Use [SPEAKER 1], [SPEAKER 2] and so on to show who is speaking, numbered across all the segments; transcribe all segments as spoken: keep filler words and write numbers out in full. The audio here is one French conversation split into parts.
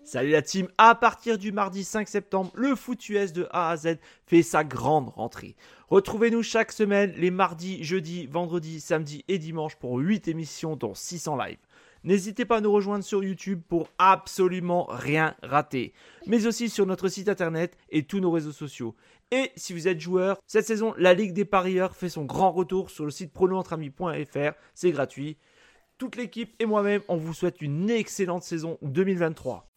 [SPEAKER 1] Salut la team, à partir du mardi cinq septembre, le foot U S de A à Z fait sa grande rentrée. Retrouvez-nous chaque semaine les mardis, jeudis, vendredis, samedis et dimanches pour huit émissions dont six en live. N'hésitez pas à nous rejoindre sur YouTube pour absolument rien rater, mais aussi sur notre site internet et tous nos réseaux sociaux. Et si vous êtes joueur, cette saison, la Ligue des parieurs fait son grand retour sur le site pronoentre-amis point f r, c'est gratuit. Toute l'équipe et moi-même, on vous souhaite une excellente saison deux mille vingt-trois.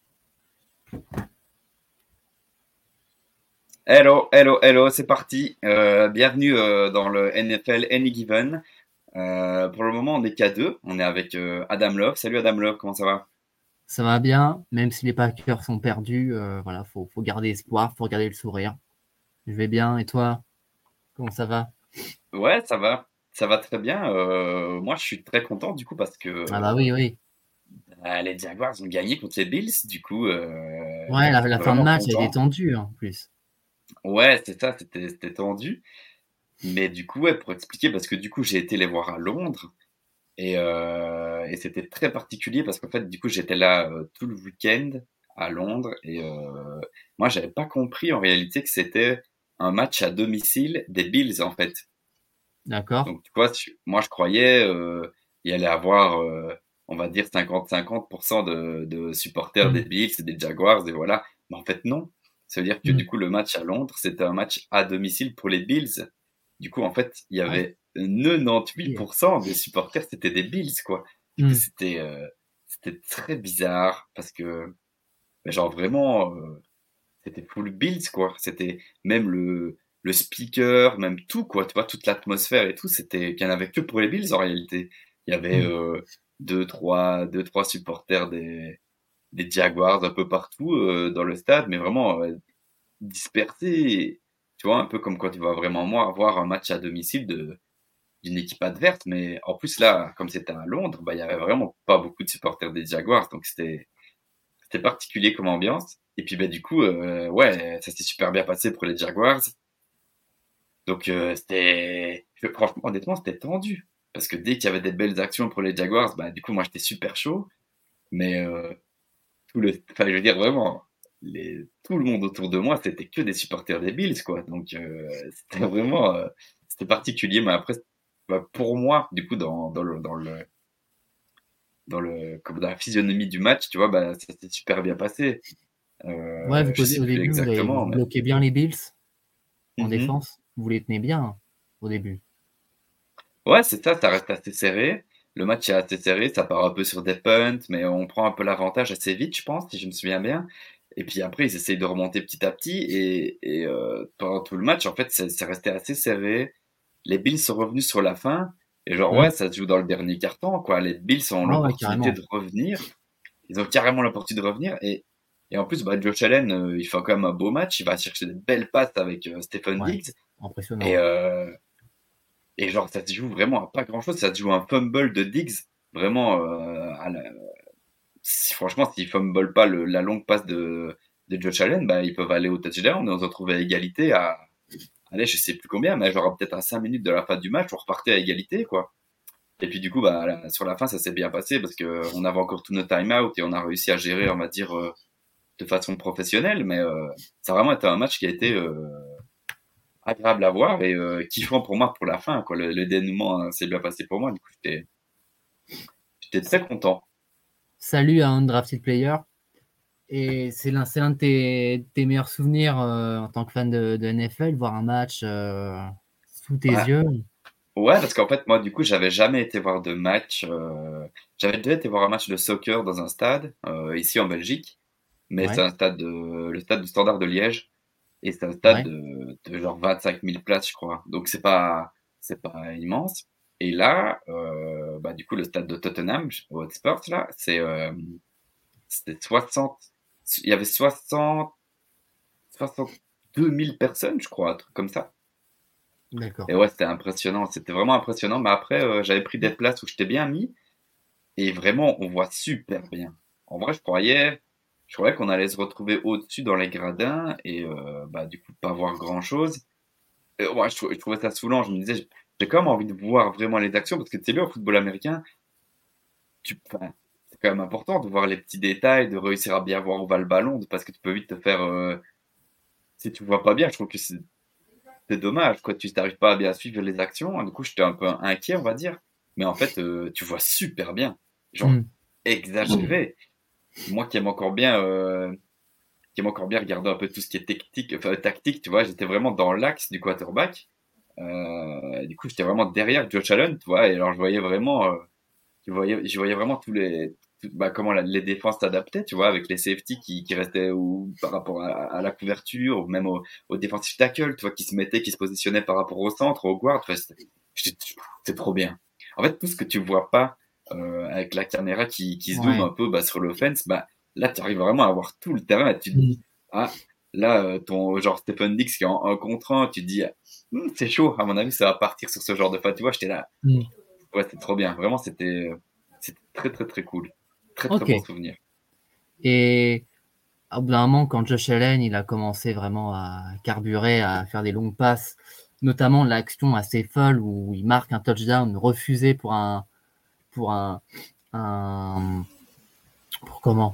[SPEAKER 2] Hello, hello, hello, c'est parti. Euh, bienvenue euh, dans le N F L Any Given. Euh, pour le moment, on n'est qu'à deux. On est avec euh, Adam Love. Salut Adam Love, comment ça va?
[SPEAKER 3] Ça va bien, même si les Packers sont perdus, euh, voilà, faut, faut garder espoir, faut garder le sourire. Je vais bien, et toi, comment ça va?
[SPEAKER 2] Ouais, ça va. Ça va très bien. Euh, moi, je suis très content du coup parce que
[SPEAKER 3] Ah bah oui, oui.
[SPEAKER 2] euh, les Jaguars ont gagné contre les Bills. Du coup, euh,
[SPEAKER 3] Ouais, la, la fin de
[SPEAKER 2] vraiment
[SPEAKER 3] match, elle était
[SPEAKER 2] content.
[SPEAKER 3] tendue, hein, en plus.
[SPEAKER 2] Ouais, c'est ça, c'était c'était tendu. Mais du coup, ouais, pour expliquer, parce que du coup, j'ai été les voir à Londres. Et, euh, et c'était très particulier parce qu'en fait, du coup, j'étais là euh, tout le week-end à Londres et euh, moi, j'avais pas compris en réalité que c'était un match à domicile des Bills en fait.
[SPEAKER 3] D'accord.
[SPEAKER 2] Donc, tu vois, tu- moi, je croyais euh, il y allait avoir, euh, on va dire, cinquante cinquante pour cent de, de supporters des
[SPEAKER 3] Mm,
[SPEAKER 2] Bills et des Jaguars et voilà. Mais en fait, non. Ça veut dire que du
[SPEAKER 3] mm.
[SPEAKER 2] coup, le match à Londres, c'était un match à domicile pour les Bills. Du coup, en fait, il y
[SPEAKER 3] Ah,
[SPEAKER 2] avait
[SPEAKER 3] ok.
[SPEAKER 2] quatre-vingt-dix-huit pour cent des supporters, c'était des Bills, quoi. Du coup,
[SPEAKER 3] Mm,
[SPEAKER 2] c'était euh, c'était très bizarre parce que, mais genre vraiment, euh, c'était full Bills, quoi. C'était même le le speaker, même tout, quoi. Tu vois, toute l'atmosphère et tout, c'était qu'il y en avait que pour les Bills en réalité. Il y avait
[SPEAKER 3] mm,
[SPEAKER 2] euh, deux, trois, deux, trois supporters des des Jaguars un peu partout euh, dans le stade, mais vraiment euh, dispersés. Tu vois, un peu comme quand tu vas vraiment moi voir un match à domicile de d'une équipe adverse, mais en plus là, comme c'était à Londres, bah il y avait vraiment pas beaucoup de supporters des Jaguars, donc c'était c'était particulier comme ambiance. Et puis bah du coup, euh, ouais, ça s'est super bien passé pour les Jaguars. Donc euh, c'était, je- franchement, honnêtement, c'était tendu parce que dès qu'il y avait des belles actions pour les Jaguars, bah du coup moi j'étais super chaud, mais euh, tout le, enfin je veux dire vraiment, les, tout le monde autour de moi c'était que des supporters des Bills quoi. Donc euh, c'était vraiment, euh, c'était particulier, mais après bah, pour moi, du coup dans dans le dans le dans le comme dans la physionomie du match, tu vois, bah ça s'est super bien passé.
[SPEAKER 3] Ouais,
[SPEAKER 2] Euh,
[SPEAKER 3] vu
[SPEAKER 2] je
[SPEAKER 3] qu'au
[SPEAKER 2] sais
[SPEAKER 3] dé- au
[SPEAKER 2] plus
[SPEAKER 3] début, vous, avez,
[SPEAKER 2] exactement,
[SPEAKER 3] vous
[SPEAKER 2] mais
[SPEAKER 3] bloquez bien les Bills en
[SPEAKER 2] mhm.
[SPEAKER 3] défense. Vous les tenez bien, hein, au début.
[SPEAKER 2] Ouais, c'est ça, ça reste assez serré. Le match est assez serré, ça part un peu sur des punts, mais on prend un peu l'avantage assez vite, je pense, si je me souviens bien. Et puis après, ils essayent de remonter petit à petit, et, et euh, pendant tout le match, en fait, c'est c'est resté assez serré. Les Bills sont revenus sur la fin, et genre, ouais,
[SPEAKER 3] Mm.
[SPEAKER 2] ça se joue dans le dernier quart-temps, quoi. Les Bills ont
[SPEAKER 3] Ah ouais,
[SPEAKER 2] l'opportunité
[SPEAKER 3] carrément.
[SPEAKER 2] de revenir. Ils ont carrément l'opportunité de revenir, et, et en plus, bah, Josh Allen, euh, il fait quand même un beau match, il va chercher de belles passes avec euh, Stephen
[SPEAKER 3] Ouais,
[SPEAKER 2] Diggs, et,
[SPEAKER 3] impressionnant.
[SPEAKER 2] euh, et genre, ça se joue vraiment à pas grand-chose. Ça se joue un fumble de Diggs. Vraiment, euh, à la- si- franchement, s'ils fumble pas le, la longue passe de, de Josh Allen, bah, ils peuvent aller au touchdown et on se retrouve à égalité à, allez, je sais plus combien, mais genre peut-être à cinq minutes de la fin du match, on repartait à égalité, quoi. Et puis du coup, bah, la- sur la fin, ça s'est bien passé parce que on avait encore tous nos time-out et on a réussi à gérer, on va dire, euh, de façon professionnelle. Mais euh, ça a vraiment été un match qui a été euh, agréable à voir et euh, kiffant pour moi pour la fin, quoi. Le, le dénouement hein, s'est bien passé pour moi. Du coup, j'étais j'étais
[SPEAKER 3] S-
[SPEAKER 2] très content.
[SPEAKER 3] Salut à Undrafted Player. Et c'est l'un, c'est l'un de tes, tes meilleurs souvenirs euh, en tant que fan de, de N F L, voir un match euh, sous tes
[SPEAKER 2] Bah,
[SPEAKER 3] yeux.
[SPEAKER 2] ouais, parce qu'en fait, moi, du coup, j'avais jamais été voir de match. euh, J'avais déjà été voir un match de soccer dans un stade, euh, ici en Belgique, mais c'est
[SPEAKER 3] Ouais,
[SPEAKER 2] un stade de, le stade du Standard de Liège, et c'est un stade
[SPEAKER 3] ouais,
[SPEAKER 2] de, de genre vingt-cinq mille places, je crois. Donc c'est pas, c'est pas immense. Et là, euh, bah, du coup, le stade de Tottenham, au Hotspur, là, c'est, euh, c'était soixante, il y avait soixante, soixante-deux mille personnes, je crois, un truc comme ça.
[SPEAKER 3] d'accord.
[SPEAKER 2] Et ouais, c'était impressionnant, c'était vraiment impressionnant. Mais après, euh, j'avais pris des places où j'étais bien mis, et vraiment, on voit super bien. En vrai, je croyais, je croyais qu'on allait se retrouver au-dessus dans les gradins, et euh, bah du coup, pas voir grand-chose. Et ouais, je, trou- je trouvais ça saoulant. Je me disais, j'ai j'ai quand même envie de voir vraiment les actions, parce que tu sais, le au football américain, tu, enfin, c'est quand même important de voir les petits détails, de réussir à bien voir où va le ballon, parce que tu peux vite te faire, euh, si tu vois pas bien, je trouve que c'est c'est dommage, quoi. Tu n'arrives pas à bien suivre les actions. Du coup, j'étais un peu inquiet, on va dire. Mais en fait, euh, tu vois super bien. Genre,
[SPEAKER 3] Mm.
[SPEAKER 2] exagéré. Moi qui aime encore bien, euh, qui aime encore bien regarder un peu tout ce qui est tactique, enfin, tactique, tu vois, j'étais vraiment dans l'axe du quarterback. Euh, du coup, j'étais vraiment derrière Josh Allen, tu vois, et alors je voyais vraiment, euh, je voyais, je voyais vraiment tous les, tout- bah, comment la- les défenses s'adaptaient, tu vois, avec les safety qui, qui restaient ou par rapport à, à la couverture, ou même au, au defensive tackle, tu vois, qui se mettaient, qui se positionnaient par rapport au centre, au guard. Enfin, c'était j'étais- c'est trop bien. En fait, tout ce que tu vois pas euh, avec la caméra qui, qui zoome un
[SPEAKER 3] Ouais.
[SPEAKER 2] peu bah, sur l'offense, bah là, tu arrives vraiment à voir tout le terrain et tu te
[SPEAKER 3] Mm.
[SPEAKER 2] dis, ah, là, euh, ton genre Stephen Dix qui est en un contre un, tu te dis, hmm, c'est chaud, à mon avis, ça va partir sur ce genre de fois. Tu vois, j'étais là,
[SPEAKER 3] Mm.
[SPEAKER 2] ouais, c'était trop bien. Vraiment, c'était, c'était très, très, très cool. Très, très
[SPEAKER 3] Ok.
[SPEAKER 2] bon souvenir.
[SPEAKER 3] Et au bout d'un moment, quand Josh Allen il a commencé vraiment à carburer, à faire des longues passes, notamment l'action assez folle où il marque un touchdown refusé pour un pour un, un pour comment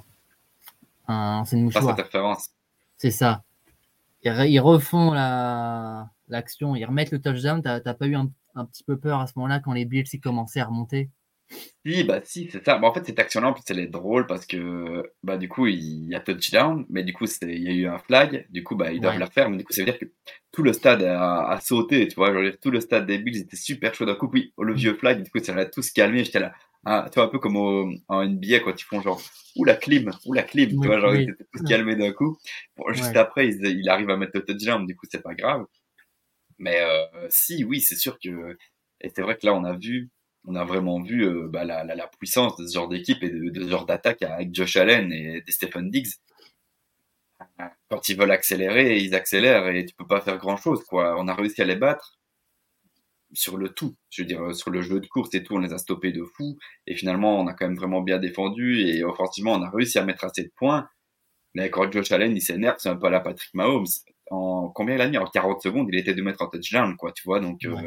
[SPEAKER 3] un c'est une
[SPEAKER 2] Passe
[SPEAKER 3] mouchoir,
[SPEAKER 2] interférence.
[SPEAKER 3] c'est ça. Ils, re- ils refont la l'action, ils remettent le touchdown. T'as t'as pas eu un, un petit peu peur à ce moment-là quand les Bills ils commençaient à remonter?
[SPEAKER 2] Si, bah si, c'est ça. Bah, en fait, cette action-là, en plus, elle est drôle parce que, bah, du coup, il y a touchdown, mais du coup, c'est, il y a eu un flag. Du coup, bah, ils doivent
[SPEAKER 3] Ouais.
[SPEAKER 2] la refaire, mais du coup, ça veut dire que tout le stade a, a sauté, tu vois. Je veux dire, tout le stade des Bills était super chaud d'un coup. Oui, le
[SPEAKER 3] Mm.
[SPEAKER 2] vieux flag, du coup, ça l'a tous calmé. J'étais là, ah, tu vois, un peu comme au, en N B A, quand ils font genre, ou la clim, ou la clim, tu
[SPEAKER 3] Oui,
[SPEAKER 2] vois, genre, ils
[SPEAKER 3] oui.
[SPEAKER 2] étaient tous calmés d'un coup. Bon, juste
[SPEAKER 3] Ouais.
[SPEAKER 2] après, il, il arrive à mettre le touchdown, du coup, c'est pas grave. Mais euh, si, oui, c'est sûr que et c'est vrai que là on a vu, on a vraiment vu euh, bah, la, la, la puissance de ce genre d'équipe et de, de ce genre d'attaque avec Josh Allen et, et Stephen Diggs. Quand ils veulent accélérer, ils accélèrent et tu peux pas faire grand chose quoi. On a réussi à les battre sur le tout, je veux dire euh, sur le jeu de course et tout, on les a stoppés de fou et finalement on a quand même vraiment bien défendu et offensivement on a réussi à mettre assez de points. Mais quand Josh Allen il s'énerve, c'est un peu à la Patrick Mahomes. En combien il a mis? En quarante secondes, il était de mettre en touchdown quoi, tu vois donc.
[SPEAKER 3] Ouais.
[SPEAKER 2] Euh,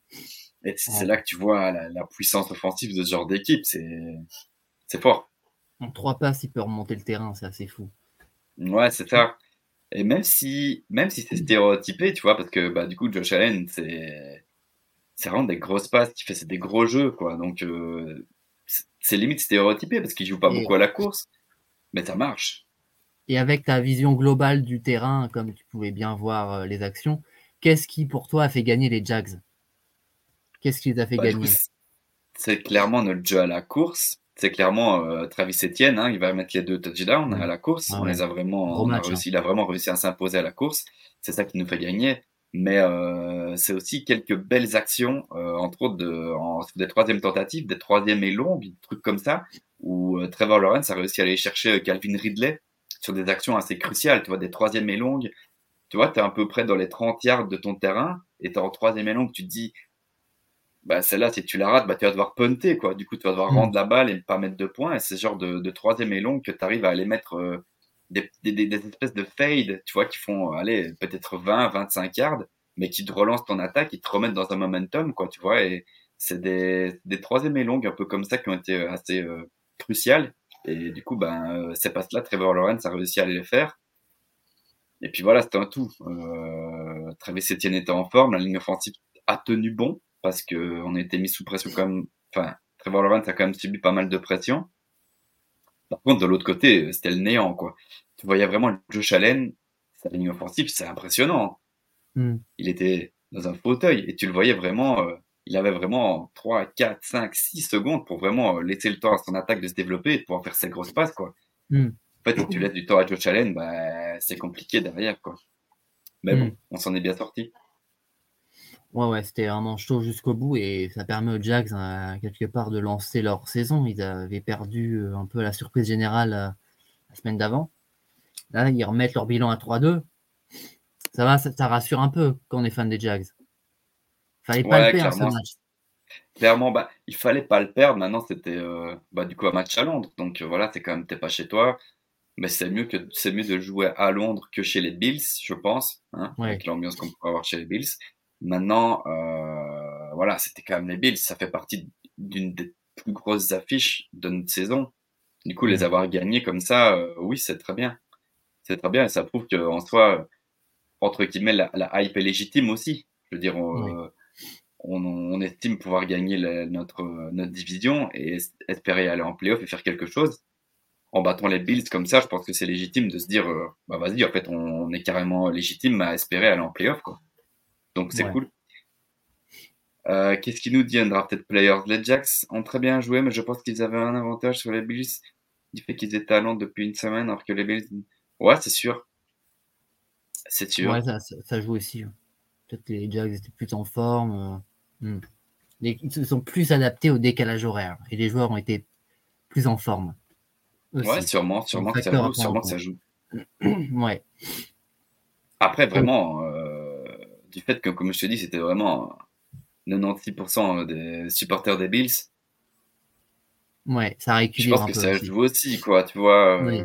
[SPEAKER 2] Et c'est
[SPEAKER 3] En,
[SPEAKER 2] là que tu vois la, la puissance offensive de ce genre d'équipe, c'est c'est fort.
[SPEAKER 3] en trois passes, il peut remonter le terrain, c'est assez fou.
[SPEAKER 2] Ouais, c'est ça. Et même si même si c'est stéréotypé, tu vois, parce que bah du coup Josh Allen, c'est c'est vraiment des grosses passes qu'il fait, c'est des gros jeux quoi. Donc euh, c'est c'est limite stéréotypé parce qu'il joue pas
[SPEAKER 3] Et,
[SPEAKER 2] beaucoup à la course, mais ça marche.
[SPEAKER 3] et avec ta vision globale du terrain, comme tu pouvais bien voir euh, les actions, qu'est-ce qui pour toi a fait gagner les Jags? Qu'est-ce qui les a fait
[SPEAKER 2] Bah du coup
[SPEAKER 3] gagner?
[SPEAKER 2] c'est clairement notre jeu à la course. C'est clairement euh, Travis Etienne, hein, il va mettre les deux touchdowns à
[SPEAKER 3] Mm.
[SPEAKER 2] la course.
[SPEAKER 3] Ah
[SPEAKER 2] On
[SPEAKER 3] ouais,
[SPEAKER 2] les a vraiment,
[SPEAKER 3] gros
[SPEAKER 2] on a
[SPEAKER 3] match. Hein.
[SPEAKER 2] réussi, il a vraiment réussi à s'imposer à la course. C'est ça qui nous fait gagner. Mais euh, c'est aussi quelques belles actions, euh, entre autres de, en, des troisièmes tentatives, des troisièmes et longues, des trucs comme ça, où euh, Trevor Lawrence a réussi à aller chercher euh, Calvin Ridley sur des actions assez cruciales, tu vois, des troisièmes et longues. Tu vois, t'es à peu près dans les trente yards de ton terrain, et t'es en troisième et longue, tu te dis, bah celle-là, si tu la rates, bah tu vas devoir punter, quoi. Du coup, tu vas devoir
[SPEAKER 3] Mm.
[SPEAKER 2] rendre la balle et ne pas mettre de points. Et c'est ce genre de, de troisième et long que tu arrives à aller mettre euh, des, des, des, des espèces de fade, tu vois, qui font, euh, allez, peut-être vingt, vingt-cinq yards, mais qui te relancent ton attaque, qui te remettent dans un momentum, quoi, tu vois. Et c'est des, des troisième et longues un peu comme ça qui ont été euh, assez euh, cruciales. Et du coup, ben, euh, ces passes-là, Trevor Lawrence a réussi à aller les faire. Et puis voilà, c'était un tout. Euh, Travis Etienne était en forme, la ligne offensive a tenu bon parce que on a été mis sous pression comme, enfin, Trevor Lawrence a quand même subi pas mal de pression. Par contre, de l'autre côté, c'était le néant, quoi. Tu voyais vraiment Josh Allen, sa ligne offensive, c'est impressionnant.
[SPEAKER 3] Mm.
[SPEAKER 2] Il était dans un fauteuil et tu le voyais vraiment, euh, il avait vraiment trois, quatre, cinq, six secondes pour vraiment euh, laisser le temps à son attaque de se développer et de pouvoir faire ses grosses passes, quoi.
[SPEAKER 3] Mm.
[SPEAKER 2] En fait, si tu laisses du temps à Josh Allen, bah, c'est compliqué derrière, quoi. Mais
[SPEAKER 3] Mm.
[SPEAKER 2] bon, on s'en est bien sorti.
[SPEAKER 3] Ouais, ouais, c'était vraiment chaud jusqu'au bout et ça permet aux Jags, euh, quelque part, de lancer leur saison. Ils avaient perdu euh, un peu la surprise générale euh, la semaine d'avant. Là, ils remettent leur bilan à trois deux. Ça va, ça, ça rassure un peu quand on est fan des Jags. Fallait pas le
[SPEAKER 2] Ouais,
[SPEAKER 3] perdre ce
[SPEAKER 2] clairement,
[SPEAKER 3] match.
[SPEAKER 2] clairement, bah, il fallait pas le perdre. Maintenant, c'était, euh, bah, du coup, un match à Londres. Donc, euh, voilà, c'est quand même, t'es pas chez toi. Mais c'est mieux que, c'est mieux de jouer à Londres que chez les Bills, je pense, hein,
[SPEAKER 3] Ouais.
[SPEAKER 2] avec l'ambiance qu'on pourrait avoir chez les Bills. Maintenant, euh, voilà, c'était quand même les Bills. Ça fait partie d'une des plus grosses affiches de notre saison. Du coup, les
[SPEAKER 3] Mm.
[SPEAKER 2] avoir gagnés comme ça, euh, oui, c'est très bien. C'est très bien et ça prouve qu'en soi, entre guillemets, la, la hype est légitime aussi. Je veux dire,
[SPEAKER 3] Oui.
[SPEAKER 2] on, on, on estime pouvoir gagner la- notre, notre division et es- espérer aller en playoff et faire quelque chose. En battant les Bills comme ça, je pense que c'est légitime de se dire, euh, bah vas-y, en fait, on, on est carrément légitime à espérer aller en playoff, quoi. Donc c'est
[SPEAKER 3] Ouais.
[SPEAKER 2] cool. Euh, qu'est-ce qu'il nous dit, Undrafted Players? Les Jacks ont très bien joué, mais je pense qu'ils avaient un avantage sur les Bills, du fait qu'ils étaient à Londres depuis une semaine, alors que les Bills... Ouais, c'est sûr, c'est
[SPEAKER 3] Ouais,
[SPEAKER 2] sûr.
[SPEAKER 3] ça, ça, ça joue aussi. hein. Peut-être que les Jags étaient plus en forme. euh, hmm. Les- ils se sont plus adaptés au décalage horaire et les joueurs ont été plus en forme
[SPEAKER 2] Ouais,
[SPEAKER 3] aussi.
[SPEAKER 2] sûrement,
[SPEAKER 3] C'est un
[SPEAKER 2] sûrement que ça
[SPEAKER 3] facteur à
[SPEAKER 2] joue,
[SPEAKER 3] prendre en
[SPEAKER 2] sûrement que ça
[SPEAKER 3] compte.
[SPEAKER 2] joue.
[SPEAKER 3] Ouais.
[SPEAKER 2] Après,
[SPEAKER 3] Et-
[SPEAKER 2] vraiment, euh, du fait que, comme je te dis, c'était vraiment quatre-vingt-dix pour cent des supporters des Bills,
[SPEAKER 3] ouais, ça
[SPEAKER 2] je
[SPEAKER 3] rééquilibre
[SPEAKER 2] pense
[SPEAKER 3] un
[SPEAKER 2] que
[SPEAKER 3] peu
[SPEAKER 2] ça
[SPEAKER 3] aussi.
[SPEAKER 2] joue aussi, quoi, tu vois.
[SPEAKER 3] Oui.
[SPEAKER 2] euh.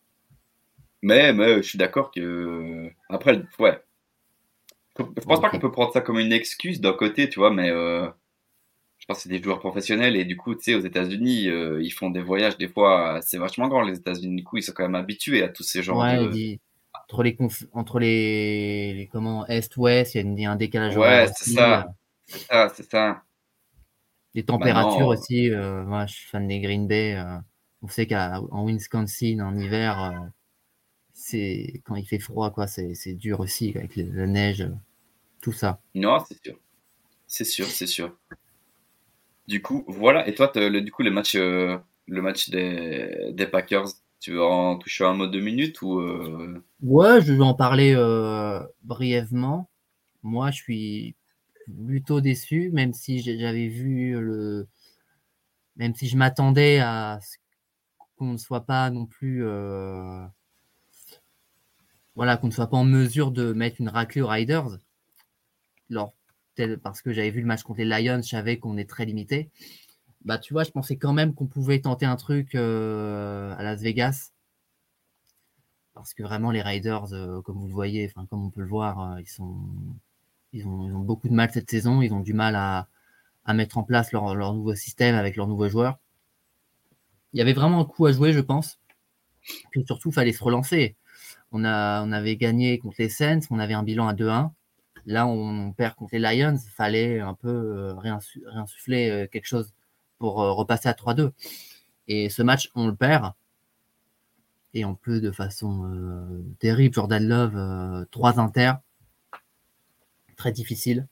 [SPEAKER 2] Mais, mais je suis d'accord que... Après, ouais, je pense
[SPEAKER 3] Bon,
[SPEAKER 2] pas qu'on
[SPEAKER 3] ok.
[SPEAKER 2] peut prendre ça comme une excuse d'un côté, tu vois, mais euh, je pense que c'est des joueurs professionnels et du coup, tu sais, aux États-Unis, euh, ils font des voyages des fois, c'est vachement grand les États-Unis, du coup, ils sont quand même habitués à tous ces genres
[SPEAKER 3] Ouais,
[SPEAKER 2] de...
[SPEAKER 3] dit, entre les conf- entre les, les comment Est-Ouest, il y a une- il y a un décalage horaire
[SPEAKER 2] Ouais, c'est
[SPEAKER 3] aussi. euh,
[SPEAKER 2] ça, c'est ça, c'est ça.
[SPEAKER 3] Les températures
[SPEAKER 2] Maintenant,
[SPEAKER 3] aussi. euh, moi, je suis fan des Green Bay. euh, on sait qu'en Wisconsin, en hiver, euh, c'est quand il fait froid, quoi. C'est c'est dur aussi avec le- la neige, euh, tout ça.
[SPEAKER 2] non, c'est sûr, c'est sûr, c'est sûr. Du coup, voilà. Et toi, t'as le, du coup, le match, euh, le match des, des Packers, tu veux en toucher un mot deux minutes ou euh,
[SPEAKER 3] Ouais, je vais en parler euh, brièvement. Moi, je suis plutôt déçu, même si j'ai- j'avais vu le, même si je m'attendais à ce qu'on ne soit pas non plus, euh, voilà, qu'on ne soit pas en mesure de mettre une raclée aux Riders. Lors, tel- parce que j'avais vu le match contre les Lions, je savais qu'on est très limité. Bah, tu vois, je pensais quand même qu'on pouvait tenter un truc euh, à Las Vegas, parce que vraiment les Riders, euh, comme vous le voyez, enfin comme on peut le voir, euh, ils sont, ils ont, ils ont beaucoup de mal cette saison. Ils ont du mal à, à mettre en place leur, leur nouveau système avec leurs nouveaux joueurs. Il y avait vraiment un coup à jouer, je pense. Puis surtout, il fallait se relancer. On, a, on avait gagné contre les Saints, on avait un bilan à deux un. Là, on perd contre les Lions. Il fallait un peu euh, réinsu- réinsuffler euh, quelque chose pour euh, repasser à trois deux. Et ce match, on le perd. Et en plus, de façon euh, terrible, Jordan Love, euh, trois inters, très difficile.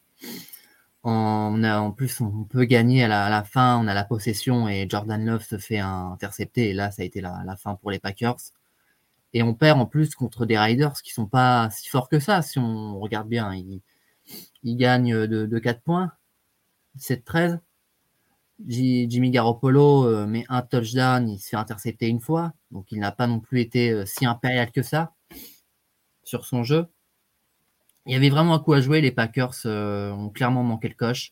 [SPEAKER 3] On a, en plus, on peut gagner à la, à la fin, on a la possession et Jordan Love se fait un intercepter. Et là, ça a été la, la fin pour les Packers. Et on perd en plus contre des Riders qui sont pas si forts que ça, si on regarde bien. Ils, ils gagnent de, de quatre points, sept treize. Jimmy Garoppolo euh, met un touchdown, il se fait intercepter une fois. Donc il n'a pas non plus été euh, si impérial que ça sur son jeu. Il y avait vraiment un coup à jouer. Les Packers euh, ont clairement manqué le coche.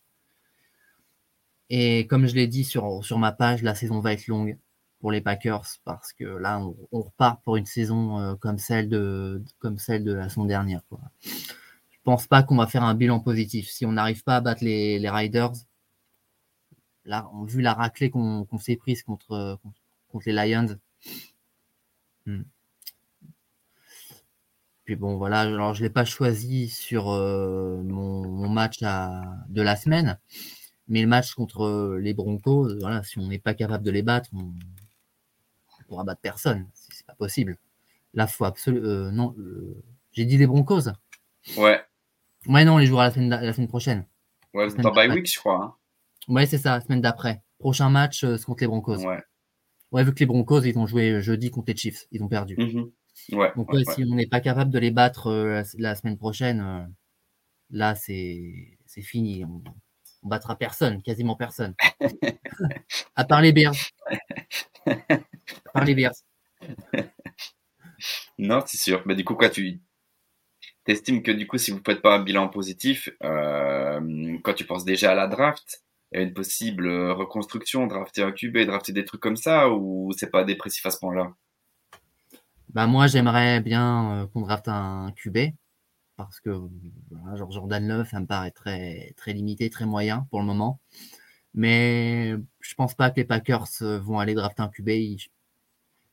[SPEAKER 3] Et comme je l'ai dit sur, sur ma page, la saison va être longue pour les Packers parce que là, on, on repart pour une saison euh, comme, celle de, comme celle de la saison dernière. Quoi. Je pense pas qu'on va faire un bilan positif. Si on n'arrive pas à battre les, les Riders, là, on, vu la raclée qu'on qu'on s'est prise contre, contre les Lions. Hmm. Puis bon, voilà, alors je l'ai pas choisi sur euh, mon, mon match à, de la semaine, mais le match contre les Broncos, voilà, si on n'est pas capable de les battre, on, on pourra battre personne. C'est c'est pas possible. Là, faut absolument. Euh, non, euh, j'ai dit les Broncos.
[SPEAKER 2] ouais,
[SPEAKER 3] Ouais, non, on les jouera la semaine, la semaine prochaine.
[SPEAKER 2] ouais,
[SPEAKER 3] La
[SPEAKER 2] vous êtes
[SPEAKER 3] semaine
[SPEAKER 2] en bye
[SPEAKER 3] d'après.
[SPEAKER 2] week, je crois, hein.
[SPEAKER 3] Ouais, c'est ça, la semaine d'après. Prochain match, euh, c'est contre les Broncos.
[SPEAKER 2] Ouais.
[SPEAKER 3] Ouais, vu que les Broncos, ils ont joué jeudi contre les Chiefs. Ils ont perdu.
[SPEAKER 2] Mhm. Ouais,
[SPEAKER 3] Donc,
[SPEAKER 2] ouais,
[SPEAKER 3] ouais,
[SPEAKER 2] ouais.
[SPEAKER 3] si on n'est pas capable de les battre euh, la, la semaine prochaine, euh, là, c'est c'est fini. On, on battra personne, quasiment personne. À part les Bears. À part les Bears.
[SPEAKER 2] Non, c'est sûr. Mais du coup, quoi, tu t'estimes que du coup, si vous faites pas un bilan positif, euh, quand tu penses déjà à la draft, à une possible euh, reconstruction, drafter un Q B, drafter des trucs comme ça, ou c'est pas dépressif à ce point-là?
[SPEAKER 3] Bah, moi, j'aimerais bien euh, qu'on drafte un Q B. Parce que voilà, genre Jordan Love, ça me paraît très, très limité, très moyen pour le moment. Mais je pense pas que les Packers euh, vont aller drafter un Q B. Ils-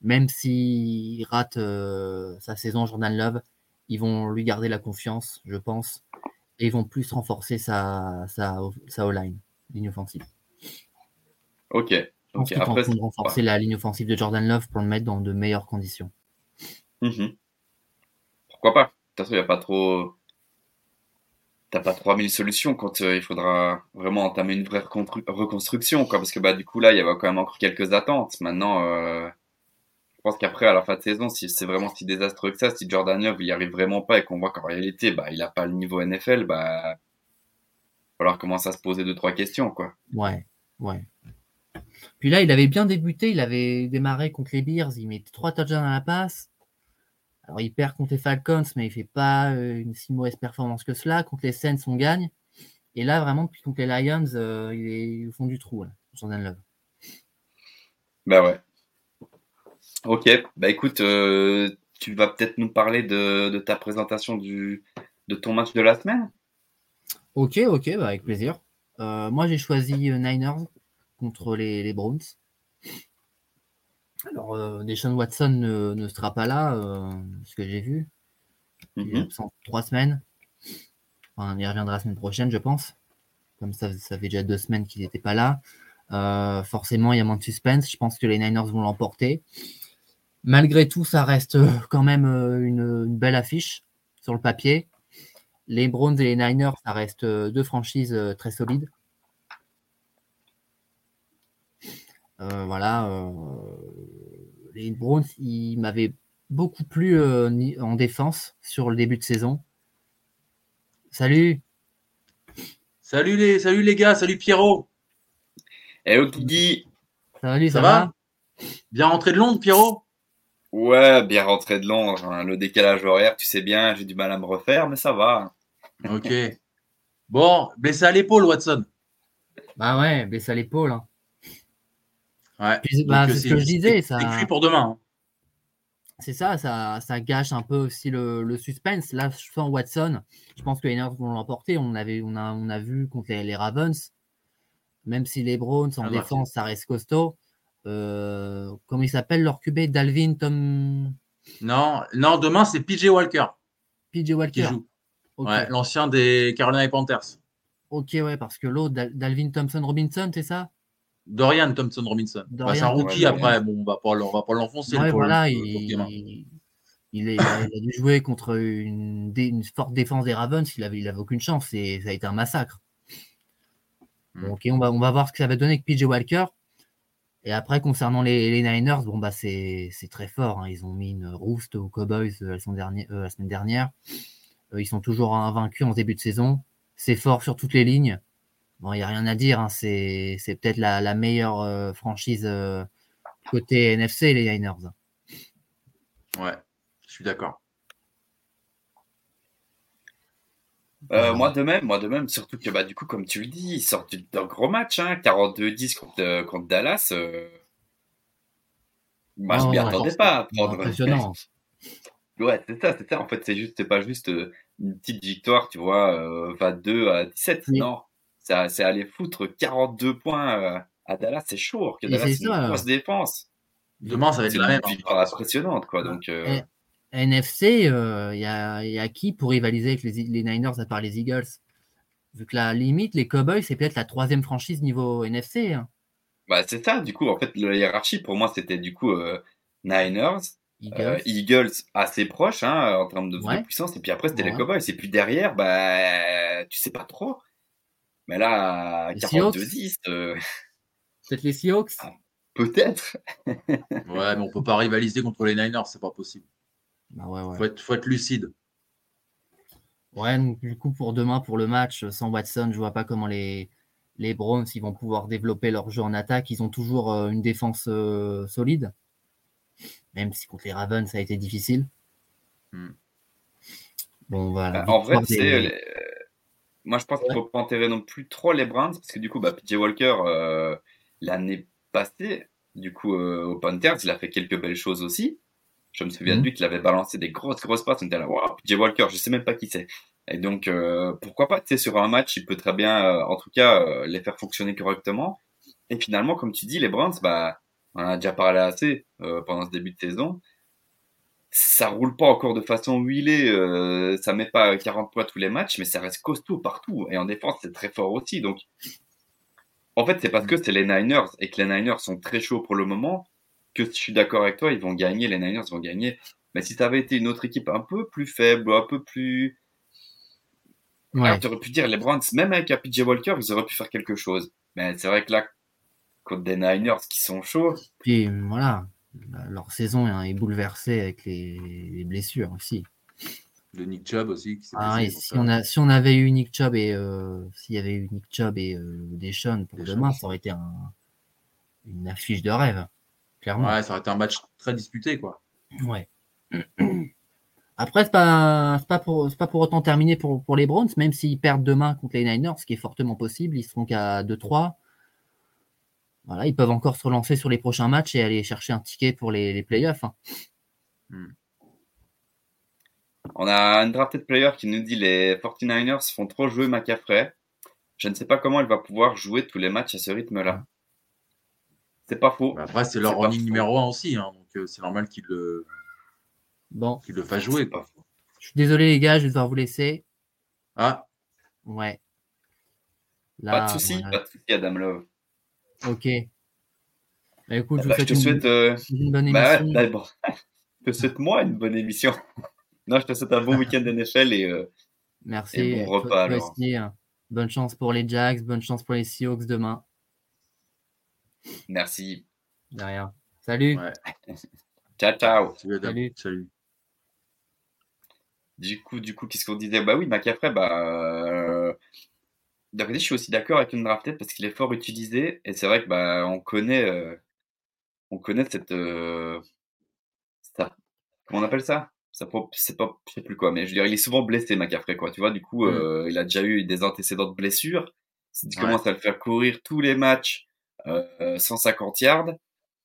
[SPEAKER 3] même s'il rate euh, sa saison Jordan Love, ils vont lui garder la confiance, je pense, et ils vont plus renforcer sa, sa, sa O-line, ligne offensive.
[SPEAKER 2] Ok.
[SPEAKER 3] Je pense
[SPEAKER 2] Ok.
[SPEAKER 3] qu'ils
[SPEAKER 2] Après,
[SPEAKER 3] tenteront de renforcer
[SPEAKER 2] ouais.
[SPEAKER 3] la ligne offensive de Jordan Love pour le mettre dans de meilleures conditions.
[SPEAKER 2] Mhm. Pourquoi pas? De toute façon, il n'y a pas trop. T'as pas trois mille solutions quand euh, il faudra vraiment entamer une vraie recontru- reconstruction, quoi. Parce que bah du coup là, il y avait quand même encore quelques attentes. Maintenant, euh, je pense qu'après, à la fin de saison, si c'est vraiment si désastreux que ça, si Jordan Love il y arrive vraiment pas et qu'on voit qu'en réalité, bah il a pas le niveau N F L, bah il va falloir commencer à se poser deux trois questions, quoi.
[SPEAKER 3] Ouais, ouais. Puis là, il avait bien débuté, il avait démarré contre les Bears, il met trois touchdowns à la passe. Alors, il perd contre les Falcons, mais il fait pas euh, une si mauvaise performance que cela. Contre les Saints, on gagne. Et là, vraiment, depuis contre les Lions, euh, il est au fond du trou, là, Jordan Love.
[SPEAKER 2] Bah ouais. Ok. Bah écoute, euh, tu vas peut-être nous parler de, de ta présentation du de ton match de la semaine.
[SPEAKER 3] Ok, ok, bah, avec plaisir. Euh, moi, j'ai choisi euh, Niners contre les, les Browns. Alors, euh, Deshaun Watson ne, ne sera pas là, euh, ce que j'ai vu. Il est
[SPEAKER 2] Mhm.
[SPEAKER 3] absent trois semaines. Enfin, il reviendra la semaine prochaine, je pense. Comme ça, ça fait déjà deux semaines qu'il n'était pas là. Euh, forcément, il y a moins de suspense. Je pense que les Niners vont l'emporter. Malgré tout, ça reste euh, quand même euh, une, une belle affiche sur le papier. Les Browns et les Niners, ça reste euh, deux franchises euh, très solides. Euh, voilà. euh, les Browns, ils m'avaient beaucoup plu euh, ni- en défense sur le début de saison. Salut!
[SPEAKER 4] Salut les, salut les gars, salut Pierrot.
[SPEAKER 2] Eh oh Guigui.
[SPEAKER 3] Salut,
[SPEAKER 4] Ça
[SPEAKER 3] ça va?
[SPEAKER 4] va? Bien rentré de Londres, Pierrot?
[SPEAKER 2] Ouais, bien rentré de Londres, hein. Le décalage horaire, tu sais bien, j'ai du mal à me refaire, mais ça va.
[SPEAKER 4] Ok. Bon, blessé à l'épaule, Watson.
[SPEAKER 3] Bah ouais, blessé à l'épaule. Hein.
[SPEAKER 4] Ouais.
[SPEAKER 3] Puis, bah,
[SPEAKER 4] Donc euh,
[SPEAKER 3] c'est ce que
[SPEAKER 4] c'est
[SPEAKER 3] je disais,
[SPEAKER 4] c'est c'est cuit
[SPEAKER 3] ça,
[SPEAKER 4] pour demain, hein.
[SPEAKER 3] c'est ça, ça, ça gâche un peu aussi le, le suspense. Là, sans Watson, je pense que les Niners vont l'emporter. On avait, on a, on a vu contre les, les Ravens, même si les Browns en
[SPEAKER 4] Ah,
[SPEAKER 3] défense, ça reste costaud. Euh, comment il s'appelle leur Q B? Dalvin Tom
[SPEAKER 4] Non, non, demain c'est P J Walker
[SPEAKER 3] P J
[SPEAKER 4] qui
[SPEAKER 3] Walker.
[SPEAKER 4] joue.
[SPEAKER 3] Ok,
[SPEAKER 4] Ouais, l'ancien des Carolina Panthers.
[SPEAKER 3] ok, ouais, parce que l'autre, Dal- Dalvin Thompson Robinson, c'est ça?
[SPEAKER 4] Dorian Thompson Robinson. Bah, c'est un
[SPEAKER 3] Dorian
[SPEAKER 2] Ouais,
[SPEAKER 4] rookie
[SPEAKER 3] Thompson.
[SPEAKER 2] Dorian.
[SPEAKER 4] après. Bon, on va pas, le- on va pas l'enfoncer le
[SPEAKER 3] Ouais,
[SPEAKER 4] pauvre,
[SPEAKER 3] voilà,
[SPEAKER 4] le pauvre gamin.
[SPEAKER 3] il, il, est, il, a, il a dû jouer contre une, dé- une forte défense des Ravens. Il avait, il avait aucune chance et ça a été un massacre.
[SPEAKER 4] Hmm.
[SPEAKER 3] Bon, ok, on va, on va voir ce que ça va donner avec P J Walker. Et après, concernant les, les Niners, bon, bah, c'est, c'est très fort. Hein. Ils ont mis une rouste aux Cowboys euh, la semaine dernière. euh, la semaine dernière. Euh, ils sont toujours invaincus en début de saison. C'est fort sur toutes les lignes. Bon, il n'y a rien à dire. Hein. C'est, c'est peut-être la, la meilleure euh, franchise euh, côté N F C, les Niners.
[SPEAKER 4] Ouais, je suis d'accord.
[SPEAKER 2] Euh,
[SPEAKER 3] Voilà.
[SPEAKER 2] moi de même, moi de même, surtout que bah du coup, comme tu le dis, ils sortent d'un gros match, hein, quarante-deux dix contre, euh, contre Dallas. Euh,
[SPEAKER 3] Ouais,
[SPEAKER 2] bah je m'y
[SPEAKER 3] ouais, ouais.
[SPEAKER 2] attendais pas à
[SPEAKER 3] Bon,
[SPEAKER 2] prendre.
[SPEAKER 3] impressionnant.
[SPEAKER 2] Ouais, c'est ça, c'est ça. En fait, c'est juste, c'est pas juste euh, une petite victoire, tu vois, euh, vingt-deux à dix-sept.
[SPEAKER 3] Mais,
[SPEAKER 2] Non, ça, c'est aller foutre quarante-deux points euh, à Dallas. C'est chaud, que
[SPEAKER 3] et
[SPEAKER 2] Dallas
[SPEAKER 3] c'est
[SPEAKER 2] c'est une
[SPEAKER 3] ça.
[SPEAKER 2] grosse défense.
[SPEAKER 4] Demain ça va être
[SPEAKER 2] C'est
[SPEAKER 4] la
[SPEAKER 2] une
[SPEAKER 4] même, hein.
[SPEAKER 2] victoire impressionnante, quoi. Donc, euh,
[SPEAKER 3] Et- N F C, il euh, y, a, y a qui pour rivaliser avec les, les Niners à part les Eagles? Vu que la limite, les Cowboys, c'est peut-être la troisième franchise niveau N F C. Hein.
[SPEAKER 2] bah c'est ça. Du coup, en fait, la hiérarchie pour moi, c'était du coup euh, Niners. Euh,
[SPEAKER 3] Eagles.
[SPEAKER 2] Eagles assez proche hein, en termes de, de
[SPEAKER 3] Ouais.
[SPEAKER 2] puissance et puis après c'était les
[SPEAKER 3] Ouais.
[SPEAKER 2] Cowboys et puis derrière bah tu sais pas trop mais là
[SPEAKER 3] Les
[SPEAKER 2] quarante-deux
[SPEAKER 3] Seahawks.
[SPEAKER 2] dix euh,
[SPEAKER 3] Peut-être les Seahawks.
[SPEAKER 2] ah, peut-être
[SPEAKER 4] Ouais, mais on peut pas rivaliser contre les Niners, c'est pas possible.
[SPEAKER 3] Bah ouais, ouais.
[SPEAKER 4] Faut être, faut être lucide.
[SPEAKER 3] Ouais, donc du coup, pour demain, pour le match, sans Watson, je vois pas comment les, les Browns ils vont pouvoir développer leur jeu en attaque. Ils ont toujours euh, une défense euh, solide, même si contre les Ravens, ça a été difficile.
[SPEAKER 4] Hmm.
[SPEAKER 3] Bon, voilà,
[SPEAKER 2] Bah, en vrai
[SPEAKER 3] victoire
[SPEAKER 2] tu sais
[SPEAKER 3] des.
[SPEAKER 2] les- moi je pense qu'il
[SPEAKER 3] Ouais.
[SPEAKER 2] faut pas enterrer non plus trop les Browns parce que du coup bah P J Walker euh, l'année passée du coup euh, au Panthers il a fait quelques belles choses aussi. Je me souviens de
[SPEAKER 3] Mhm.
[SPEAKER 2] lui qu'il avait balancé des grosses grosses passes on était là waouh P J Walker je sais même pas qui c'est et donc euh, pourquoi pas tu sais sur un match il peut très bien euh, en tout cas euh, les faire fonctionner correctement et finalement comme tu dis les Browns bah on en a déjà parlé assez euh, pendant ce début de saison. Ça roule pas encore de façon huilée, euh, ça met pas quarante points tous les matchs, mais ça reste costaud partout. Et en défense, c'est très fort aussi. Donc, en fait, c'est parce que c'est les Niners et que les Niners sont très chauds pour le moment que je suis d'accord avec toi, ils vont gagner, les Niners vont gagner. Mais si ça avait été une autre équipe un peu plus faible, un peu plus...
[SPEAKER 3] Ouais.
[SPEAKER 2] Alors, tu aurais pu dire les Browns, même avec un P J Walker, ils auraient pu faire quelque chose. Mais c'est vrai que là, contre des Niners qui sont chauds...
[SPEAKER 3] Puis voilà, leur saison hein, est bouleversée avec les, les blessures aussi.
[SPEAKER 4] Le Nick Chubb aussi qui s'est
[SPEAKER 3] Ah,
[SPEAKER 4] blessé.
[SPEAKER 3] et
[SPEAKER 4] donc,
[SPEAKER 3] si,
[SPEAKER 4] euh,
[SPEAKER 3] on a, si on avait eu Nick Chubb et euh, s'il y avait eu Nick Chubb et euh, Deshaun pour
[SPEAKER 4] Deshaun.
[SPEAKER 3] demain, ça aurait été un, une affiche de rêve, clairement.
[SPEAKER 4] Ouais, ça aurait été un match très disputé, quoi.
[SPEAKER 3] Ouais. Après, c'est pas, c'est pas pour, c'est pas pour autant terminé pour, pour les Browns, même s'ils perdent demain contre les Niners, ce qui est fortement possible, ils seront qu'à deux trois. Voilà, ils peuvent encore se relancer sur les prochains matchs et aller chercher un ticket pour les, les playoffs. Hein.
[SPEAKER 4] Hmm.
[SPEAKER 2] On a un drafted player qui nous dit les forty-niners font trop jouer McCaffrey. Je ne sais pas comment il va pouvoir jouer tous les matchs à ce rythme-là. C'est pas faux.
[SPEAKER 4] Bah, après, c'est leur
[SPEAKER 2] C'est pas
[SPEAKER 4] running
[SPEAKER 2] faux.
[SPEAKER 4] numéro un aussi, hein, donc euh, c'est normal qu'il le,
[SPEAKER 3] Bon,
[SPEAKER 4] qu'il le fasse jouer,
[SPEAKER 2] C'est
[SPEAKER 4] quoi.
[SPEAKER 2] pas faux.
[SPEAKER 3] je suis désolé les gars, je vais devoir vous laisser.
[SPEAKER 4] Ah,
[SPEAKER 3] Ouais.
[SPEAKER 2] Pas de
[SPEAKER 3] Là,
[SPEAKER 2] souci,
[SPEAKER 3] voilà.
[SPEAKER 2] pas de souci, Adam Love.
[SPEAKER 3] Ok. Bah, écoute, je vous
[SPEAKER 2] Bah, je
[SPEAKER 3] souhaite
[SPEAKER 2] te
[SPEAKER 3] une,
[SPEAKER 2] souhaite, euh,
[SPEAKER 3] une bonne
[SPEAKER 2] bah
[SPEAKER 3] émission.
[SPEAKER 2] ouais, d'abord, je te souhaite moi une bonne émission. Non, je te souhaite un bon week-end N F L et, euh,
[SPEAKER 3] Merci.
[SPEAKER 2] et bon
[SPEAKER 3] Et toi,
[SPEAKER 2] repas
[SPEAKER 3] toi
[SPEAKER 2] alors.
[SPEAKER 3] aussi, hein. Bonne chance pour les Jags, bonne chance pour les Seahawks demain.
[SPEAKER 2] Merci.
[SPEAKER 3] De rien. Salut.
[SPEAKER 4] ouais.
[SPEAKER 2] Ciao, ciao.
[SPEAKER 4] Salut, Adam.
[SPEAKER 3] Salut.
[SPEAKER 4] Salut.
[SPEAKER 2] Du coup, du coup, qu'est-ce qu'on disait? Bah oui, McCaffrey, bah, euh, d'un côté, je suis aussi d'accord avec une drafted parce qu'il est fort utilisé et c'est vrai que bah on connaît, euh, on connaît cette, euh, ça, comment on appelle ça? Ça, pro- c'est pas, je sais plus quoi, mais je veux dire, il est souvent blessé, McCaffrey, quoi. Tu vois, du coup,
[SPEAKER 4] Hmm.
[SPEAKER 2] euh, il a déjà eu des antécédents de blessures. Si tu
[SPEAKER 4] Ouais.
[SPEAKER 2] commences à le faire courir tous les matchs, euh, cent cinquante yards,